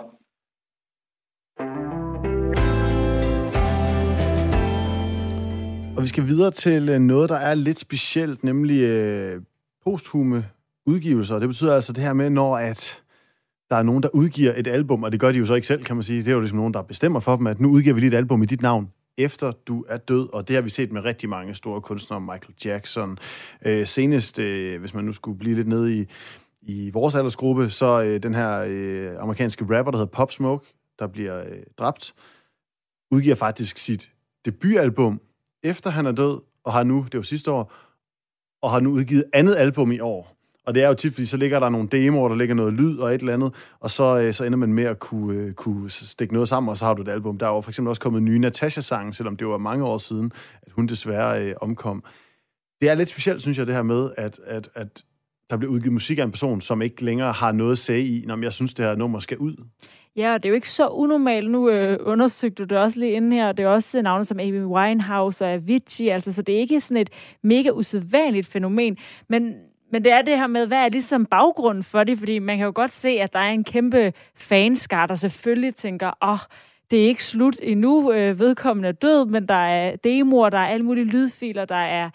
Og vi skal videre til noget, der er lidt specielt, nemlig posthume udgivelser. Det betyder altså det her med, når der er nogen, der udgiver et album, og det gør de jo så ikke selv, kan man sige. Det er jo ligesom nogen, der bestemmer for dem, at nu udgiver vi lige et album i dit navn, efter du er død. Og det har vi set med rigtig mange store kunstnere, Michael Jackson. Senest, hvis man nu skulle blive lidt nede i vores aldersgruppe, så den her amerikanske rapper, der hedder Pop Smoke, der bliver dræbt, udgiver faktisk sit debutalbum, efter han er død, og har nu, det var sidste år, og har nu udgivet andet album i år. Og det er jo tit, fordi så ligger der nogle demoer, der ligger noget lyd og et eller andet, og så ender man med at kunne stikke noget sammen, og så har du et album. Der er jo for eksempel også kommet nye Natasha-sange, selvom det var mange år siden, at hun desværre omkom. Det er lidt specielt, synes jeg, det her med, at der bliver udgivet musik af en person, som ikke længere har noget at sige i, når jeg synes, det her nummer skal ud. Ja, og det er jo ikke så unormalt. Nu undersøgte du det også lige inde her. Det er også navne som Amy Winehouse og Avicii, altså, så det er ikke sådan et mega usædvanligt fænomen. Men det er det her med, hvad er ligesom baggrunden for det? Fordi man kan jo godt se, at der er en kæmpe fanskare, der selvfølgelig tænker, det er ikke slut endnu, vedkommende er død, men der er demoer, der er alle mulige lydfiler, der er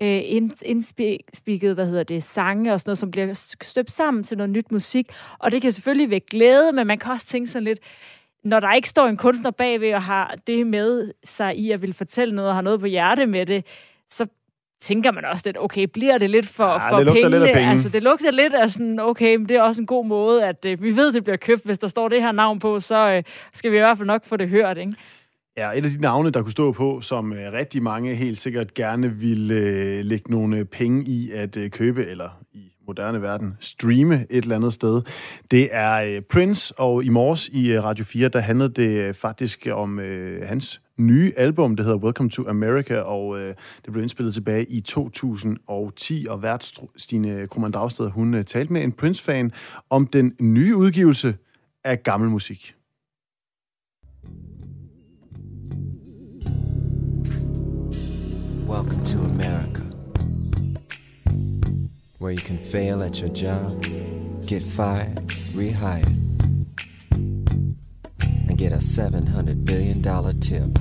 indspikket, sange og sådan noget, som bliver støbt sammen til noget nyt musik. Og det kan selvfølgelig vække glæde, men man kan også tænke sådan lidt, når der ikke står en kunstner bagved og har det med sig i at vil fortælle noget og har noget på hjerte med det, så tænker man også lidt, okay, bliver det lidt for det lugter lidt af penge. Altså, det lugter lidt af sådan, okay, men det er også en god måde, at vi ved, det bliver købt. Hvis der står det her navn på, så skal vi i hvert fald nok få det hørt, ikke? Ja, et af de navne, der kunne stå på, som rigtig mange helt sikkert gerne ville lægge nogle penge i at købe, eller i moderne verden streame et eller andet sted, det er Prince, og i morges i Radio 4, der handlede det faktisk om hans nye album, det hedder Welcome to America, og det blev indspillet tilbage i 2010, og vært Stine Krohmann Dragsted, hun talte med en Prince-fan om den nye udgivelse af gammel musik. Welcome to America, where you can fail at your job, get fired, rehired, and get a $700 billion tip.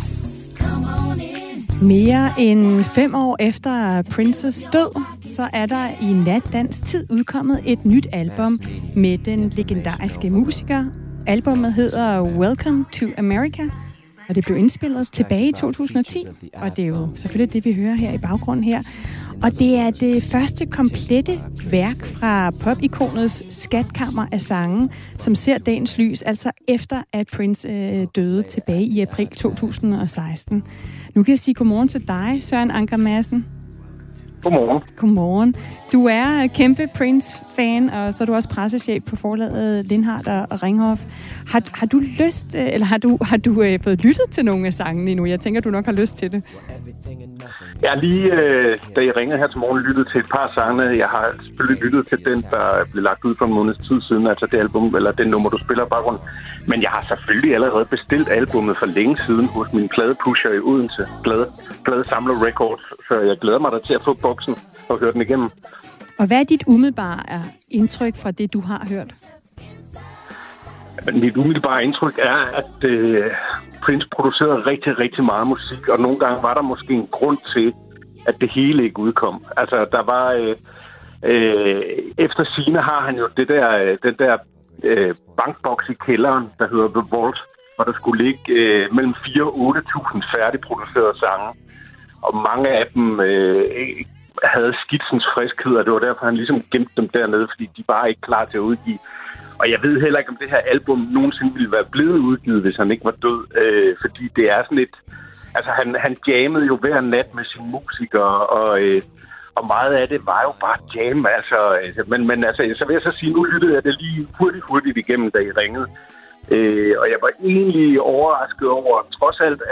Mere end 5 år efter Princes død, så er der i natdansk tid udkommet et nyt album med den legendariske musiker. Albummet hedder Welcome to America, og det blev indspillet tilbage i 2010, og det er jo selvfølgelig det, vi hører her i baggrunden her. Og det er det første komplette værk fra pop-ikonets skatkammer af sange, som ser dagens lys, altså efter at Prince døde tilbage i april 2016. Nu kan jeg sige godmorgen til dig, Søren Anker Madsen. Godmorgen. Godmorgen. Du er kæmpe Prince-fan, og så er du også pressechef på forlaget Lindhardt og Ringhof. Har du lyst, eller har du fået lyttet til nogle af sangene endnu? Jeg tænker, du nok har lyst til det. Jeg har lige, da I ringede her til morgen, lyttet til et par sange. Jeg har selvfølgelig lyttet til den, der blev lagt ud for en måneds tid siden, altså det album, eller den nummer, du spiller i baggrunden. Men jeg har selvfølgelig allerede bestilt albumet for længe siden hos min pladepusher i Odense, Pladesamler Records, så jeg glæder mig da til at få boksen og høre den igennem. Og hvad er dit umiddelbare indtryk fra det, du har hørt? Mit umiddelbare indtryk er, at Prince producerede rigtig, rigtig meget musik, og nogle gange var der måske en grund til, at det hele ikke udkom. Altså, der var... efter sigende har han jo den der bankboks i kælderen, der hedder The Vault, hvor der skulle ligge mellem 4.000 og 8.000 færdigproducerede sange. Og mange af dem havde skitsens friskhed, og det var derfor, han ligesom gemte dem dernede, fordi de var ikke klar til at udgive. Og jeg ved heller ikke, om det her album nogensinde ville være blevet udgivet, hvis han ikke var død. Fordi det er sådan et... Altså, han jammede jo hver nat med sine musikere, og meget af det var jo bare jam. Altså, men altså, så vil jeg så sige, nu lyttede jeg det lige hurtigt igennem, da I ringede. Og jeg var egentlig overrasket over, trods alt,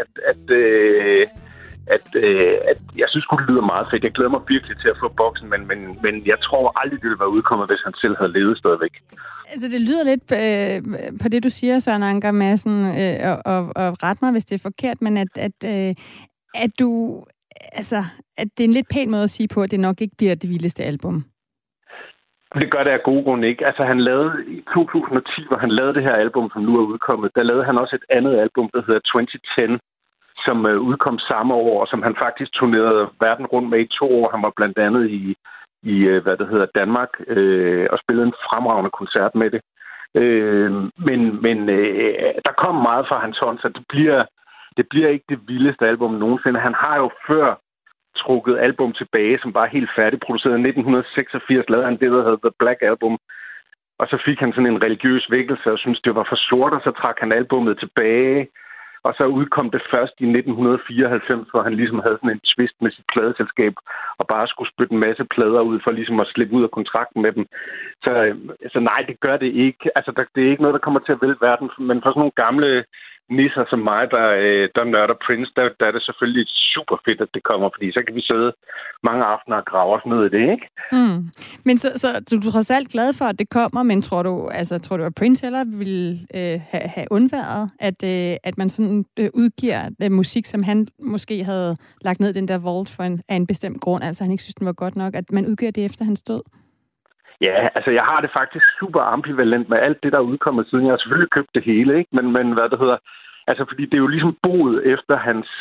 at jeg synes det lyder meget fedt. Jeg glæder mig virkelig til at få boksen, men jeg tror aldrig, det ville være udkommet, hvis han selv havde levet stadigvæk. Altså, det lyder lidt på det, du siger, Søren Anker Madsen, og ret mig, hvis det er forkert, men at du... Altså, at det er en lidt pæn måde at sige på, at det nok ikke bliver det vildeste album. Det gør det af gode grunde ikke. Altså, han lavede i 2010, hvor han lavede det her album, som nu er udkommet, der lavede han også et andet album, der hedder 2010, som udkom samme år, og som han faktisk turnerede verden rundt med i 2 år. Han var blandt andet i hvad det hedder, Danmark, og spillede en fremragende koncert med det. Men der kom meget fra hans hånd, så det bliver ikke det vildeste album nogensinde. Han har jo før trukket album tilbage, som var helt færdigproduceret. I 1986 lavede han det, der hedder The Black Album. Og så fik han sådan en religiøs vækkelse og syntes, det var for sort, og så trak han albummet tilbage. Og så udkom det først i 1994, hvor han ligesom havde sådan en twist med sit pladeselskab, og bare skulle spytte en masse plader ud for ligesom at slippe ud af kontrakten med dem. Så nej, det gør det ikke. Altså, det er ikke noget, der kommer til at vælte verden, men for sådan nogle gamle nisser som mig, der nørder Prince, der er det selvfølgelig super fedt, at det kommer, fordi så kan vi sidde mange aftener og grave os ned i det, ikke? Mm. Men så du er trods alt glad for, at det kommer, men tror du, at Prince heller ville have undværet, at man sådan udgiver musik, som han måske havde lagt ned i den der vault af en bestemt grund, altså han ikke synes, den var godt nok, at man udgiver det efter hans død? Ja, altså jeg har det faktisk super ambivalent med alt det, der er udkommet siden. Jeg har selvfølgelig købt det hele, ikke? Men hvad det hedder... Altså, fordi det er jo ligesom boet efter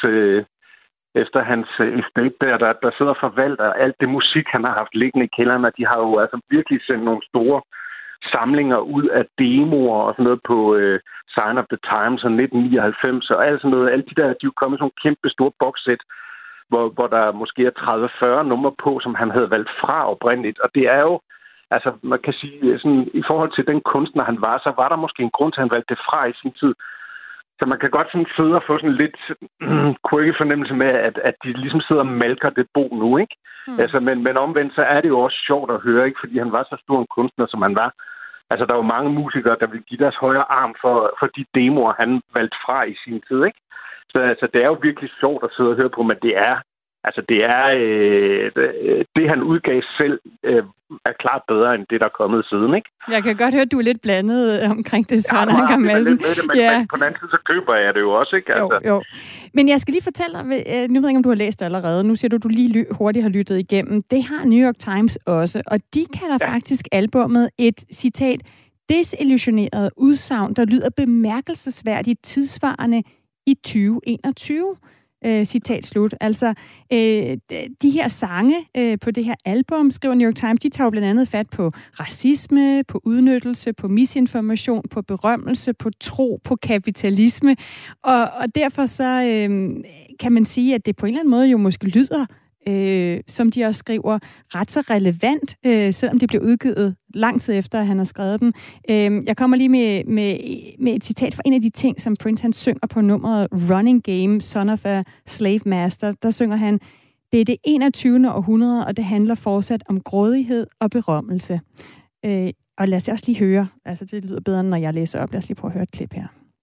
hans estate der sidder og forvalter alt det musik, han har haft liggende i kælderen, og de har jo altså virkelig sendt nogle store samlinger ud af demoer og sådan noget på Sign of the Times og 1999 og alt sådan noget. Alle de der, de er jo kommet sådan nogle kæmpe store bokssæt, hvor der måske er 30-40 numre på, som han havde valgt fra oprindeligt. Og det er jo, altså man kan sige, sådan, i forhold til den kunstner, han var, så var der måske en grund til, at han valgte det fra i sin tid. Så man kan godt sådan sidde og få sådan lidt quirky fornemmelse med, at de ligesom sidder og malker det bo nu, ikke? Altså, men omvendt, så er det jo også sjovt at høre, ikke? Fordi han var så stor en kunstner, som han var. Altså, der er jo mange musikere, der vil give deres højre arm for de demoer, han valgte fra i sin tid, ikke? Så altså, det er jo virkelig sjovt at sidde og høre på, men det er det, han udgav selv, er klart bedre end det, der er kommet siden, ikke? Jeg kan godt høre, at du er lidt blandet omkring det, Søren Anker Madsen. Men på den anden side, så køber jeg det jo også, ikke? Altså. Jo. Men jeg skal lige fortælle dig, nu ved jeg ikke, om du har læst det allerede, nu siger du lige hurtigt har lyttet igennem. Det har New York Times også, og de kalder faktisk albummet et, citat, desillusioneret udsagn, der lyder bemærkelsesværdigt tidsvarende i 2021. Citat slut. Altså, de her sange på det her album, skriver New York Times, de tager jo blandt andet fat på racisme, på udnyttelse, på misinformation, på berømmelse, på tro, på kapitalisme. Og derfor så kan man sige, at det på en eller anden måde jo måske lyder, som de også skriver, ret så relevant, selvom det blev udgivet lang tid efter, at han har skrevet dem. Jeg kommer lige med et citat fra en af de ting, som Prince han synger på nummeret Running Game, Son of a Slave Master. Der synger han, det er det 21. århundrede, og det handler fortsat om grådighed og berømmelse. Og lad os også lige høre, altså det lyder bedre, når jeg læser op. Lad os lige prøve at høre et klip her.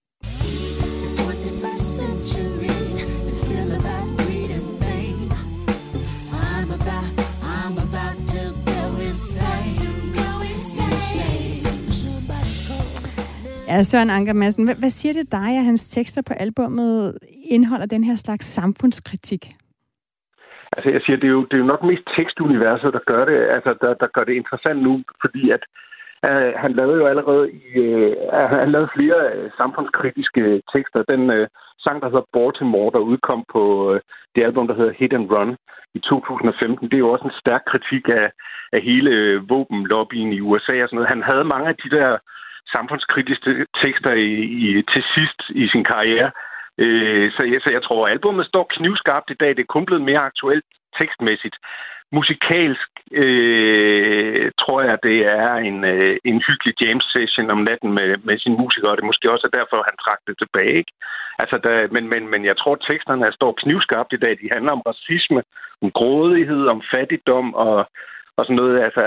Ja, Søren Anker Madsen, hvad siger det dig, at hans tekster på albummet indeholder den her slags samfundskritik? Altså, jeg siger, det er jo nok mest tekstuniverset, der gør det, altså, der gør det interessant nu, fordi at han lavede jo allerede han lavede flere samfundskritiske tekster. Den sang, der hedder Baltimore, der udkom på det album, der hedder Hit and Run i 2015, det er jo også en stærk kritik af hele våbenlobbyen i USA og sådan noget. Han havde mange af de der samfundskritiske tekster til sidst i sin karriere. Så jeg tror, at albumet står knivskarpt i dag. Det er kun blevet mere aktuelt tekstmæssigt. Musikalsk tror jeg, det er en hyggelig jam session om natten med sin musiker, og det er måske også derfor, han trak det tilbage. Ikke? Altså, men jeg tror, at teksterne står knivskarpt i dag. De handler om racisme, om grådighed, om fattigdom og sådan noget. Altså,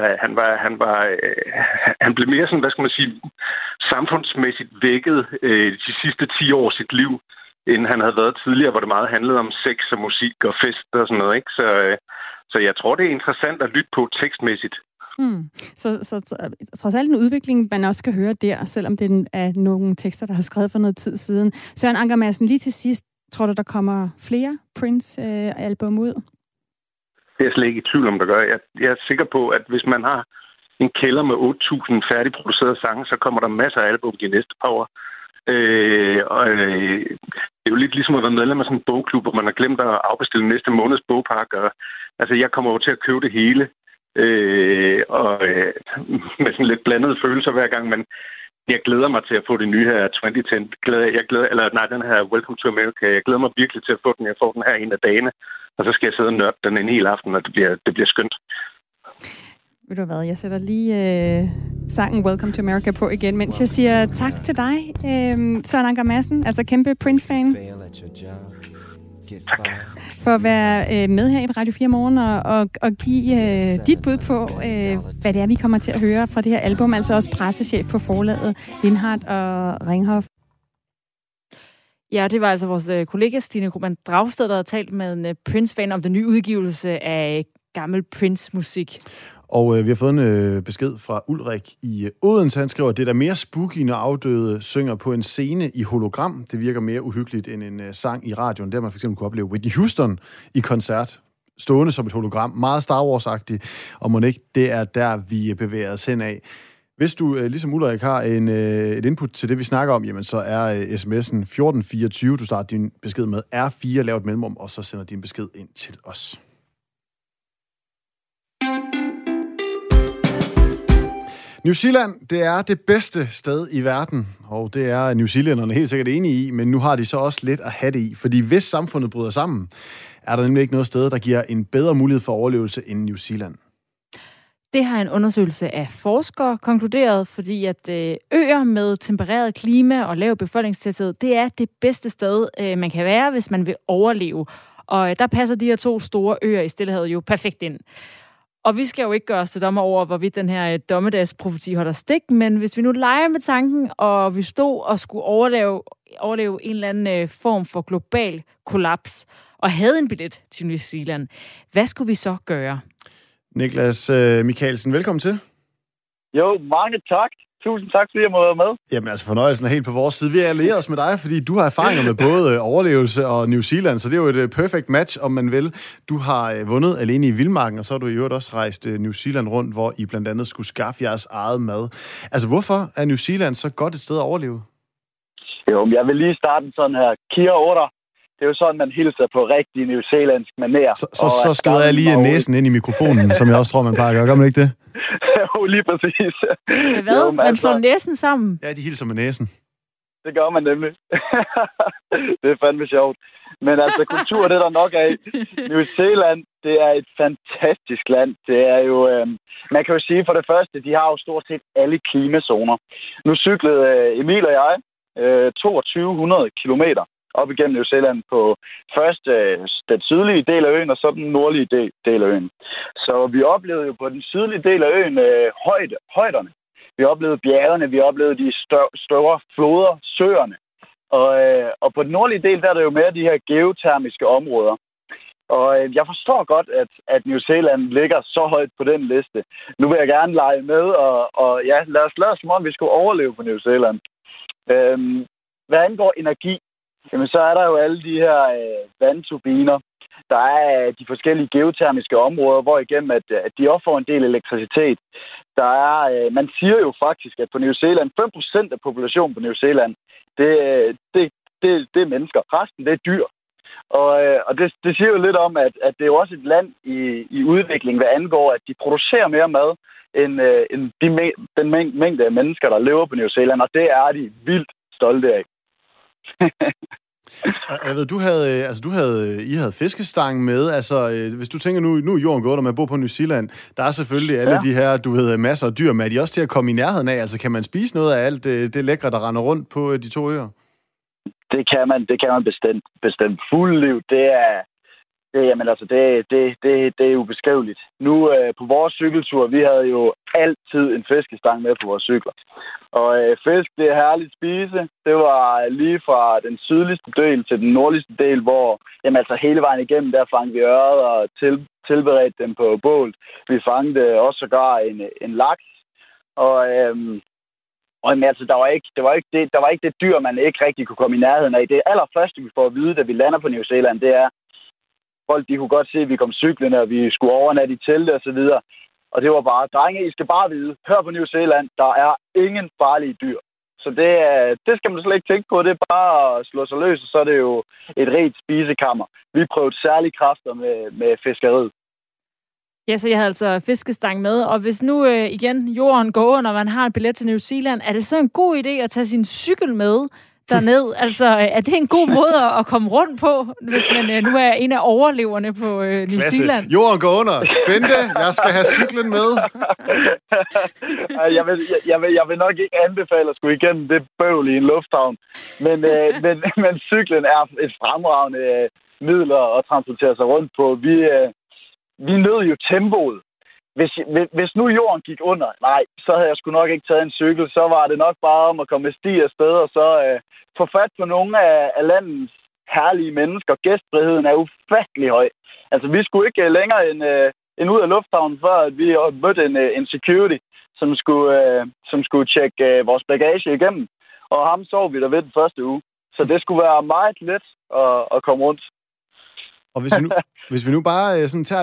han blev mere sådan, hvad skal man sige, samfundsmæssigt vækket de sidste 10 år af sit liv, end han havde været tidligere, hvor det meget handlede om sex og musik og fest og sådan noget, ikke? Så jeg tror, det er interessant at lytte på tekstmæssigt. Så trods alt en udvikling, man også kan høre der, selvom det er nogle tekster, der har skrevet for noget tid siden. Søren Anker Madsen, lige til sidst, tror du, der kommer flere Prince-album ud? Det er jeg slet ikke i tvivl om, der gør. Jeg er sikker på, at hvis man har en kælder med 8.000 færdigproducerede sange, så kommer der masser af album de næste par år. Det er jo lidt ligesom at være medlem af sådan en bogklub, hvor man har glemt at afbestille næste måneds bogpakke. Altså, jeg kommer over til at købe det hele. Med sådan lidt blandede følelser hver gang, men jeg glæder mig til at få det nye her 2010. Den her Welcome to America. Jeg glæder mig virkelig til at få den. Jeg får den her en af dagene, og så skal jeg sidde og nørde den en hel aften, og det bliver skønt. Ved du hvad, jeg sætter lige sangen Welcome to America på igen, mens jeg siger tak til dig, Søren Anker Madsen, altså kæmpe Prince-fan. Tak. For at være med her i Radio 4 Morgen og give dit bud på, hvad det er, vi kommer til at høre fra det her album. Altså også pressechef på forlaget, Lindhardt og Ringhof. Ja, det var altså vores kollega Stine Krohmann Dragsted, der har talt med en Prince-fan om den nye udgivelse af gammel Prince-musik. Og vi har fået en besked fra Ulrik i Odense. Han skriver, at det er da mere spooky, når afdøde synger på en scene i hologram. Det virker mere uhyggeligt end en sang i radioen. Der man for eksempel kunne opleve Whitney Houston i koncert, stående som et hologram. Meget Star Wars-agtigt. Og mon ikke, det er der, vi bevæger os hen af. Hvis du, ligesom Ulrik, har et input til det, vi snakker om, jamen så er sms'en 1424. Du starter din besked med R4, lav et mellemrum, og så sender din besked ind til os. New Zealand, det er det bedste sted i verden, og det er New Zealanderne helt sikkert enige i, men nu har de så også lidt at have det i, fordi hvis samfundet bryder sammen, er der nemlig ikke noget sted, der giver en bedre mulighed for overlevelse end New Zealand. Det har en undersøgelse af forskere konkluderet, fordi at øer med tempereret klima og lav befolkningstæthed, det er det bedste sted, man kan være, hvis man vil overleve. Og der passer de her 2 store øer i Stillehavet jo perfekt ind. Og vi skal jo ikke gøre os til dommer over, hvorvidt den her dommedagsprofeti holder stik, men hvis vi nu leger med tanken, og vi stod og skulle overleve en eller anden form for global kollaps, og havde en billet til New Zealand, hvad skulle vi så gøre? Niklas Michaelsen, velkommen til. Jo, mange tak. Tusind tak, fordi jeg må være med. Jamen altså, fornøjelsen er helt på vores side. Vi er allieret os med dig, fordi du har erfaringer med både overlevelse og New Zealand, så det er jo et perfect match, om man vil. Du har vundet alene i vildmarken, og så har du i øvrigt også rejst New Zealand rundt, hvor I blandt andet skulle skaffe jeres eget mad. Altså, hvorfor er New Zealand så godt et sted at overleve? Jo, jeg vil lige starte sådan her. Kia ora. Det er jo sådan, man hilser på rigtig new zealandsk manér. Så støder jeg lige næsen ind i mikrofonen, som jeg også tror, man plejer at gøre. Gør man ikke det? Jo, lige præcis. Hvad? Jo, man slår næsen sammen? Ja, de hilser med næsen. Det gør man nemlig. Det er fandme sjovt. Men altså, kultur, det er der nok af. New Zealand, det er et fantastisk land. Det er jo, man kan jo sige for det første, de har jo stort set alle klimazoner. Nu cyklede Emil og jeg 2200 kilometer op igennem New Zealand på først den sydlige del af øen, og så den nordlige del af øen. Så vi oplevede jo på den sydlige del af øen højderne. Vi oplevede bjergene, vi oplevede de større floder, søerne. Og på den nordlige del, der er der jo mere de her geotermiske områder. Og jeg forstår godt, at New Zealand ligger så højt på den liste. Nu vil jeg gerne lege med, og ja, lad os lade som om, vi skulle overleve på New Zealand. Hvad angår energi, jamen så er der jo alle de her vandturbiner. Der er de forskellige geotermiske områder, hvor igennem at de også får en del elektricitet. Der er, man siger jo faktisk, at på New Zealand, 5% af populationen på New Zealand, det er mennesker. Resten, det er dyr. Og det siger jo lidt om, at det er jo også et land i udvikling, hvad angår, at de producerer mere mad, end den mængde af mennesker, der lever på New Zealand. Og det er de vildt stolte af. Jeg ved, I havde fiskestang med. Altså, hvis du tænker, nu er jorden gået, og man bor på New Zealand, der er selvfølgelig alle de her, masser af dyr, men er de også til at komme i nærheden af? Altså, kan man spise noget af alt det lækre, der render rundt på de 2 øer? Det kan man bestemt. Fuldliv, det er ubeskriveligt. Nu på vores cykeltur, vi havde jo altid en fiskestang med på vores cykler. Og fisk, det er herligt spise. Det var lige fra den sydligste del til den nordligste del, hvor hele vejen igennem, der fangede vi øret og tilberedte dem på bål. Vi fangede også sågar en laks. Der var ikke det dyr, man ikke rigtig kunne komme i nærheden af. Det allerførste, vi får at vide, da vi lander på New Zealand, det er, folk de kunne godt se, at vi kom cyklende, og vi skulle overnatte i telte og så videre. Og det var bare, drenge, I skal bare vide, hør på New Zealand, der er ingen farlige dyr. Så det skal man slet ikke tænke på. Det er bare at slå sig løs, og så er det jo et rigt spisekammer. Vi prøvede særlige kræfter med fiskeriet. Ja, så jeg havde altså fiskestang med. Og hvis nu igen jorden går under, man har en billet til New Zealand, er det så en god idé at tage sin cykel med derned? Altså, er det en god måde at komme rundt på, hvis man nu er en af overleverne på New Zealand? Jorden går under. Bente, jeg skal have cyklen med. Jeg vil nok ikke anbefale at skulle igennem det bøvl i en lufthavn. Men cyklen er et fremragende middel at transportere sig rundt på. Vi nød jo tempoet. Hvis nu jorden gik under, så havde jeg sgu nok ikke taget en cykel. Så var det nok bare om at komme med sti afsted, og så få fat på nogle af landets herlige mennesker. Gæstfriheden er ufattelig høj. Altså, vi skulle ikke længere end ud af lufthavnen, før at vi mødte en security, som skulle tjekke vores bagage igennem. Og ham sov vi der ved den første uge. Så det skulle være meget let at komme rundt. Og hvis vi nu bare sådan tager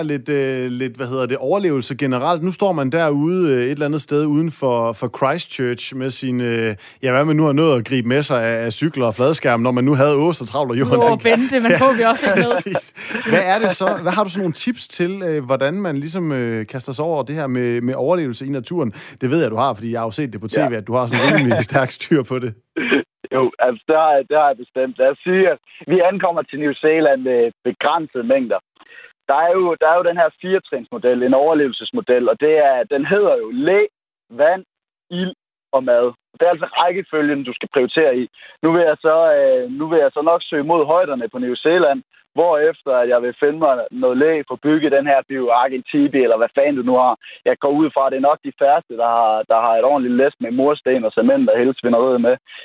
lidt overlevelse generelt. Nu står man derude et eller andet sted uden for Christchurch med sin, hvad man nu har nået at gribe med sig af cykler og fladskærm, når man nu havde så travlt og jorden. Bente, men får vi også lidt med. Hvad er det så? Hvad har du sådan nogle tips til, hvordan man ligesom kaster sig over det her med overlevelse i naturen? Det ved jeg, du har, fordi jeg har jo set det på tv, at du har sådan en rimelig stærk styr på det. Jo, altså det har jeg bestemt. Lad os sige, at vi ankommer til New Zealand med begrænsede mængder. Der er jo den her 4-trinsmodel, en overlevelsesmodel, og den hedder jo læ, vand, ild og mad. Det er altså rækkefølgen, du skal prioritere i. Nu vil jeg så nok søge mod højderne på New Zealand, hvorefter at jeg vil finde mig noget læ for at bygge den her bioark i Tibi, eller hvad fanden du nu har. Jeg går ud fra, at det er nok de færreste, der har et ordentligt læs med mursten og cement og hele svineriet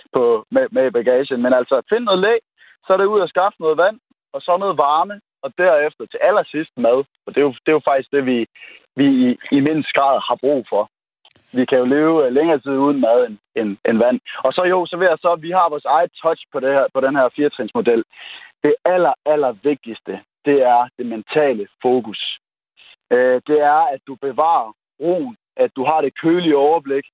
med i bagagen. Men altså, find noget læ, så er det ud at skaffe noget vand, og så noget varme, og derefter til allersidst mad. Og det er jo faktisk det, vi i mindst grad har brug for. Vi kan jo leve længere tid uden mad end vand. Og så vil jeg så, vi har vores eget touch på den her 4-trinsmodel. Det aller vigtigste, det er det mentale fokus. Det er, at du bevarer roen, at du har det kølige overblik,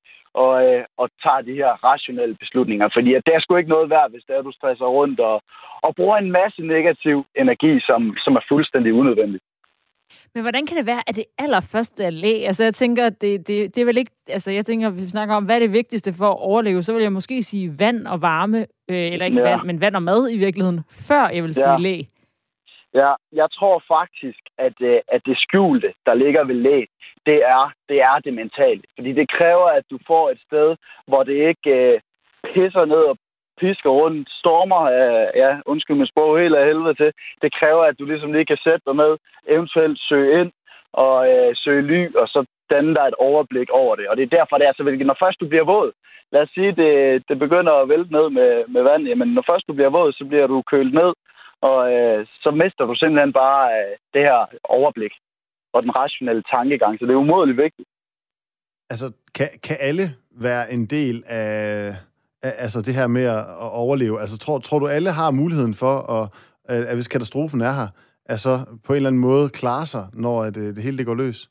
og tager de her rationelle beslutninger. Fordi at det er sgu ikke noget værd, hvis det er, du stresser rundt og bruger en masse negativ energi, som er fuldstændig unødvendigt. Men hvordan kan det være, at det allerførste er læ? Altså, jeg tænker, at det er vel ikke... Altså, jeg tænker, hvis vi snakker om, hvad er det vigtigste for at overleve, så vil jeg måske sige vand og varme, eller ikke vand, men vand og mad i virkeligheden, før jeg vil sige læ. Ja, jeg tror faktisk, at det skjulte, der ligger ved læ, det er det mentale. Fordi det kræver, at du får et sted, hvor det ikke pisser ned og pisker rundt, stormer, undskyld med sprog, helt af helvede til. Det kræver, at du ligesom lige kan sætte dig ned, eventuelt søge ind og søge ly, og så danne dig et overblik over det. Og det er derfor, det er så vigtigt. Når først du bliver våd, lad os sige, det begynder at vælte ned med vand, jamen når først du bliver våd, så bliver du kølet ned, og så mister du simpelthen bare det her overblik og den rationelle tankegang. Så det er umådeligt vigtigt. Altså, kan alle være en del af altså det her med at overleve? Altså, tror du, alle har muligheden for, at hvis katastrofen er her, altså på en eller anden måde klare sig, når det hele det går løs?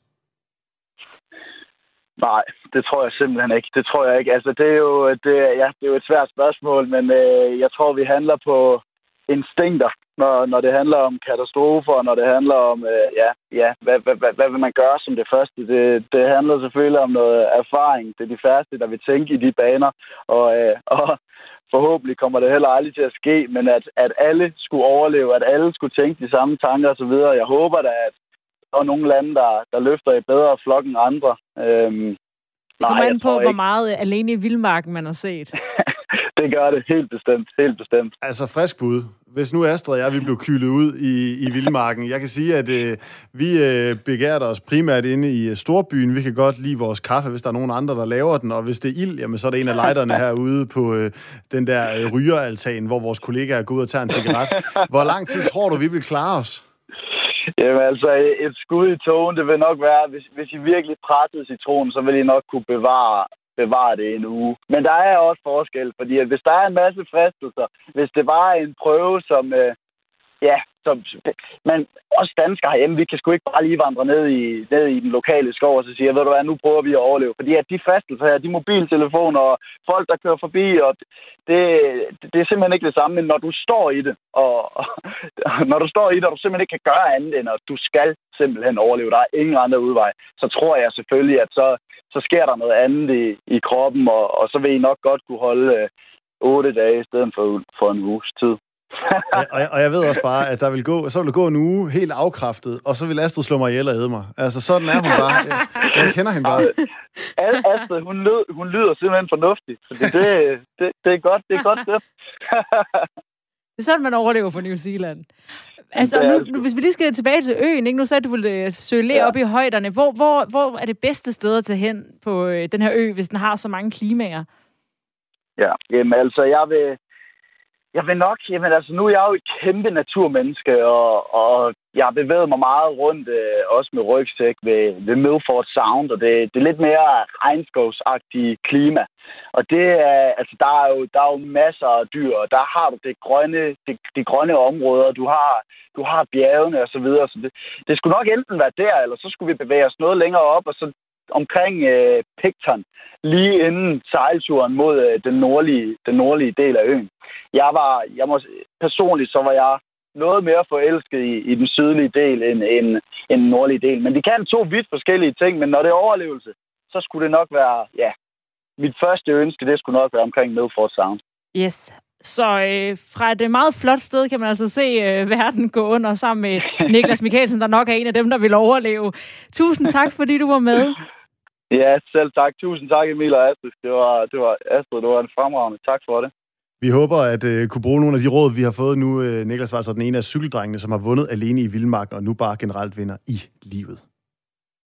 Nej, det tror jeg simpelthen ikke. Det tror jeg ikke. Altså, det er jo et svært spørgsmål, men jeg tror, vi handler på instinkter, når det handler om katastrofer, når det handler om, hvad vil man gøre som det første? Det handler selvfølgelig om noget erfaring. Det er de færreste, der vil tænke i de baner, og forhåbentlig kommer det heller aldrig til at ske, men at alle skulle overleve, at alle skulle tænke de samme tanker osv. Jeg håber da, at der er nogle lande, der løfter i bedre flok end andre. Det kommer an på, hvor meget alene i vildmarken man har set. Det gør det helt bestemt. Altså frisk bud. Hvis nu Astrid og jeg, vi blev kylet ud i vildmarken. Jeg kan sige, at vi begærer os primært inde i storbyen. Vi kan godt lide vores kaffe, hvis der er nogen andre, der laver den. Og hvis det er ild, jamen, så er det en af lejderne herude på den der rygeraltan, hvor vores kollegaer går ud og tager en cigaret. Hvor lang tid tror du, vi vil klare os? Jamen altså, et skud i togen, det vil nok være, hvis I virkelig pressede citronen, så vil I nok kunne bevare det en uge. Men der er også forskel, fordi at hvis der er en masse fristelser, hvis det bare er en prøve, som men også danskere herhjemme, vi kan sgu ikke bare lige vandre ned i den lokale skov og så sige, ved du hvad, nu prøver vi at overleve. Fordi at de fristelser her, de mobiltelefoner og folk, der kører forbi, og det er simpelthen ikke det samme, men når du står i det, og når du står i det, og du simpelthen ikke kan gøre andet, end at du skal simpelthen overleve, der er ingen andre udvej, så tror jeg selvfølgelig, at så sker der noget andet i kroppen, og så vil I nok godt kunne holde 8 dage i stedet for en uges tid. og jeg ved også bare, at så vil der gå en uge helt afkræftet, og så vil Astrid slå mig ihjel og æde mig. Altså, sådan er hun bare. Jeg kender hende bare. Astrid, hun lyder simpelthen fornuftigt. Det er godt, det. Det er sådan, man overlever for New Zealand. Altså, nu, hvis vi lige skal tilbage til øen, ikke? Nu sagde du ville søge læ op i højderne. Hvor er det bedste sted at tage hen på den her ø, hvis den har så mange klimaer? Ja, jamen altså, Jeg vil nok, nu er jeg jo et kæmpe naturmenneske, og jeg har bevæget mig meget rundt, også med rygsæk ved Milford Sound, og det er lidt mere regnskovsagtigt klima. Og det er, der er jo masser af dyr, og der har du de grønne områder, du har bjergene og så videre. Så det skulle nok enten være der, eller så skulle vi bevæge os noget længere op, og så omkring Picton, lige inden sejlturen mod den nordlige del af øen. Personligt så var jeg noget mere forelsket i den sydlige del end den nordlige del. Men de kan 2 vidt forskellige ting, men når det er overlevelse, så skulle det nok være, mit første ønske, det skulle nok være omkring Milford Sound. Yes. Så fra et meget flot sted kan man altså se verden gå under sammen med Niklas Michaelsen, der nok er en af dem, der vil overleve. Tusind tak, fordi du var med. Ja, selv tak. Tusind tak, Emil og Astrid. Det var en fremragende. Tak for det. Vi håber at kunne bruge nogle af de råd, vi har fået nu. Niklas var så den ene af cykeldrengene, som har vundet alene i vildmarken, og nu bare generelt vinder i livet.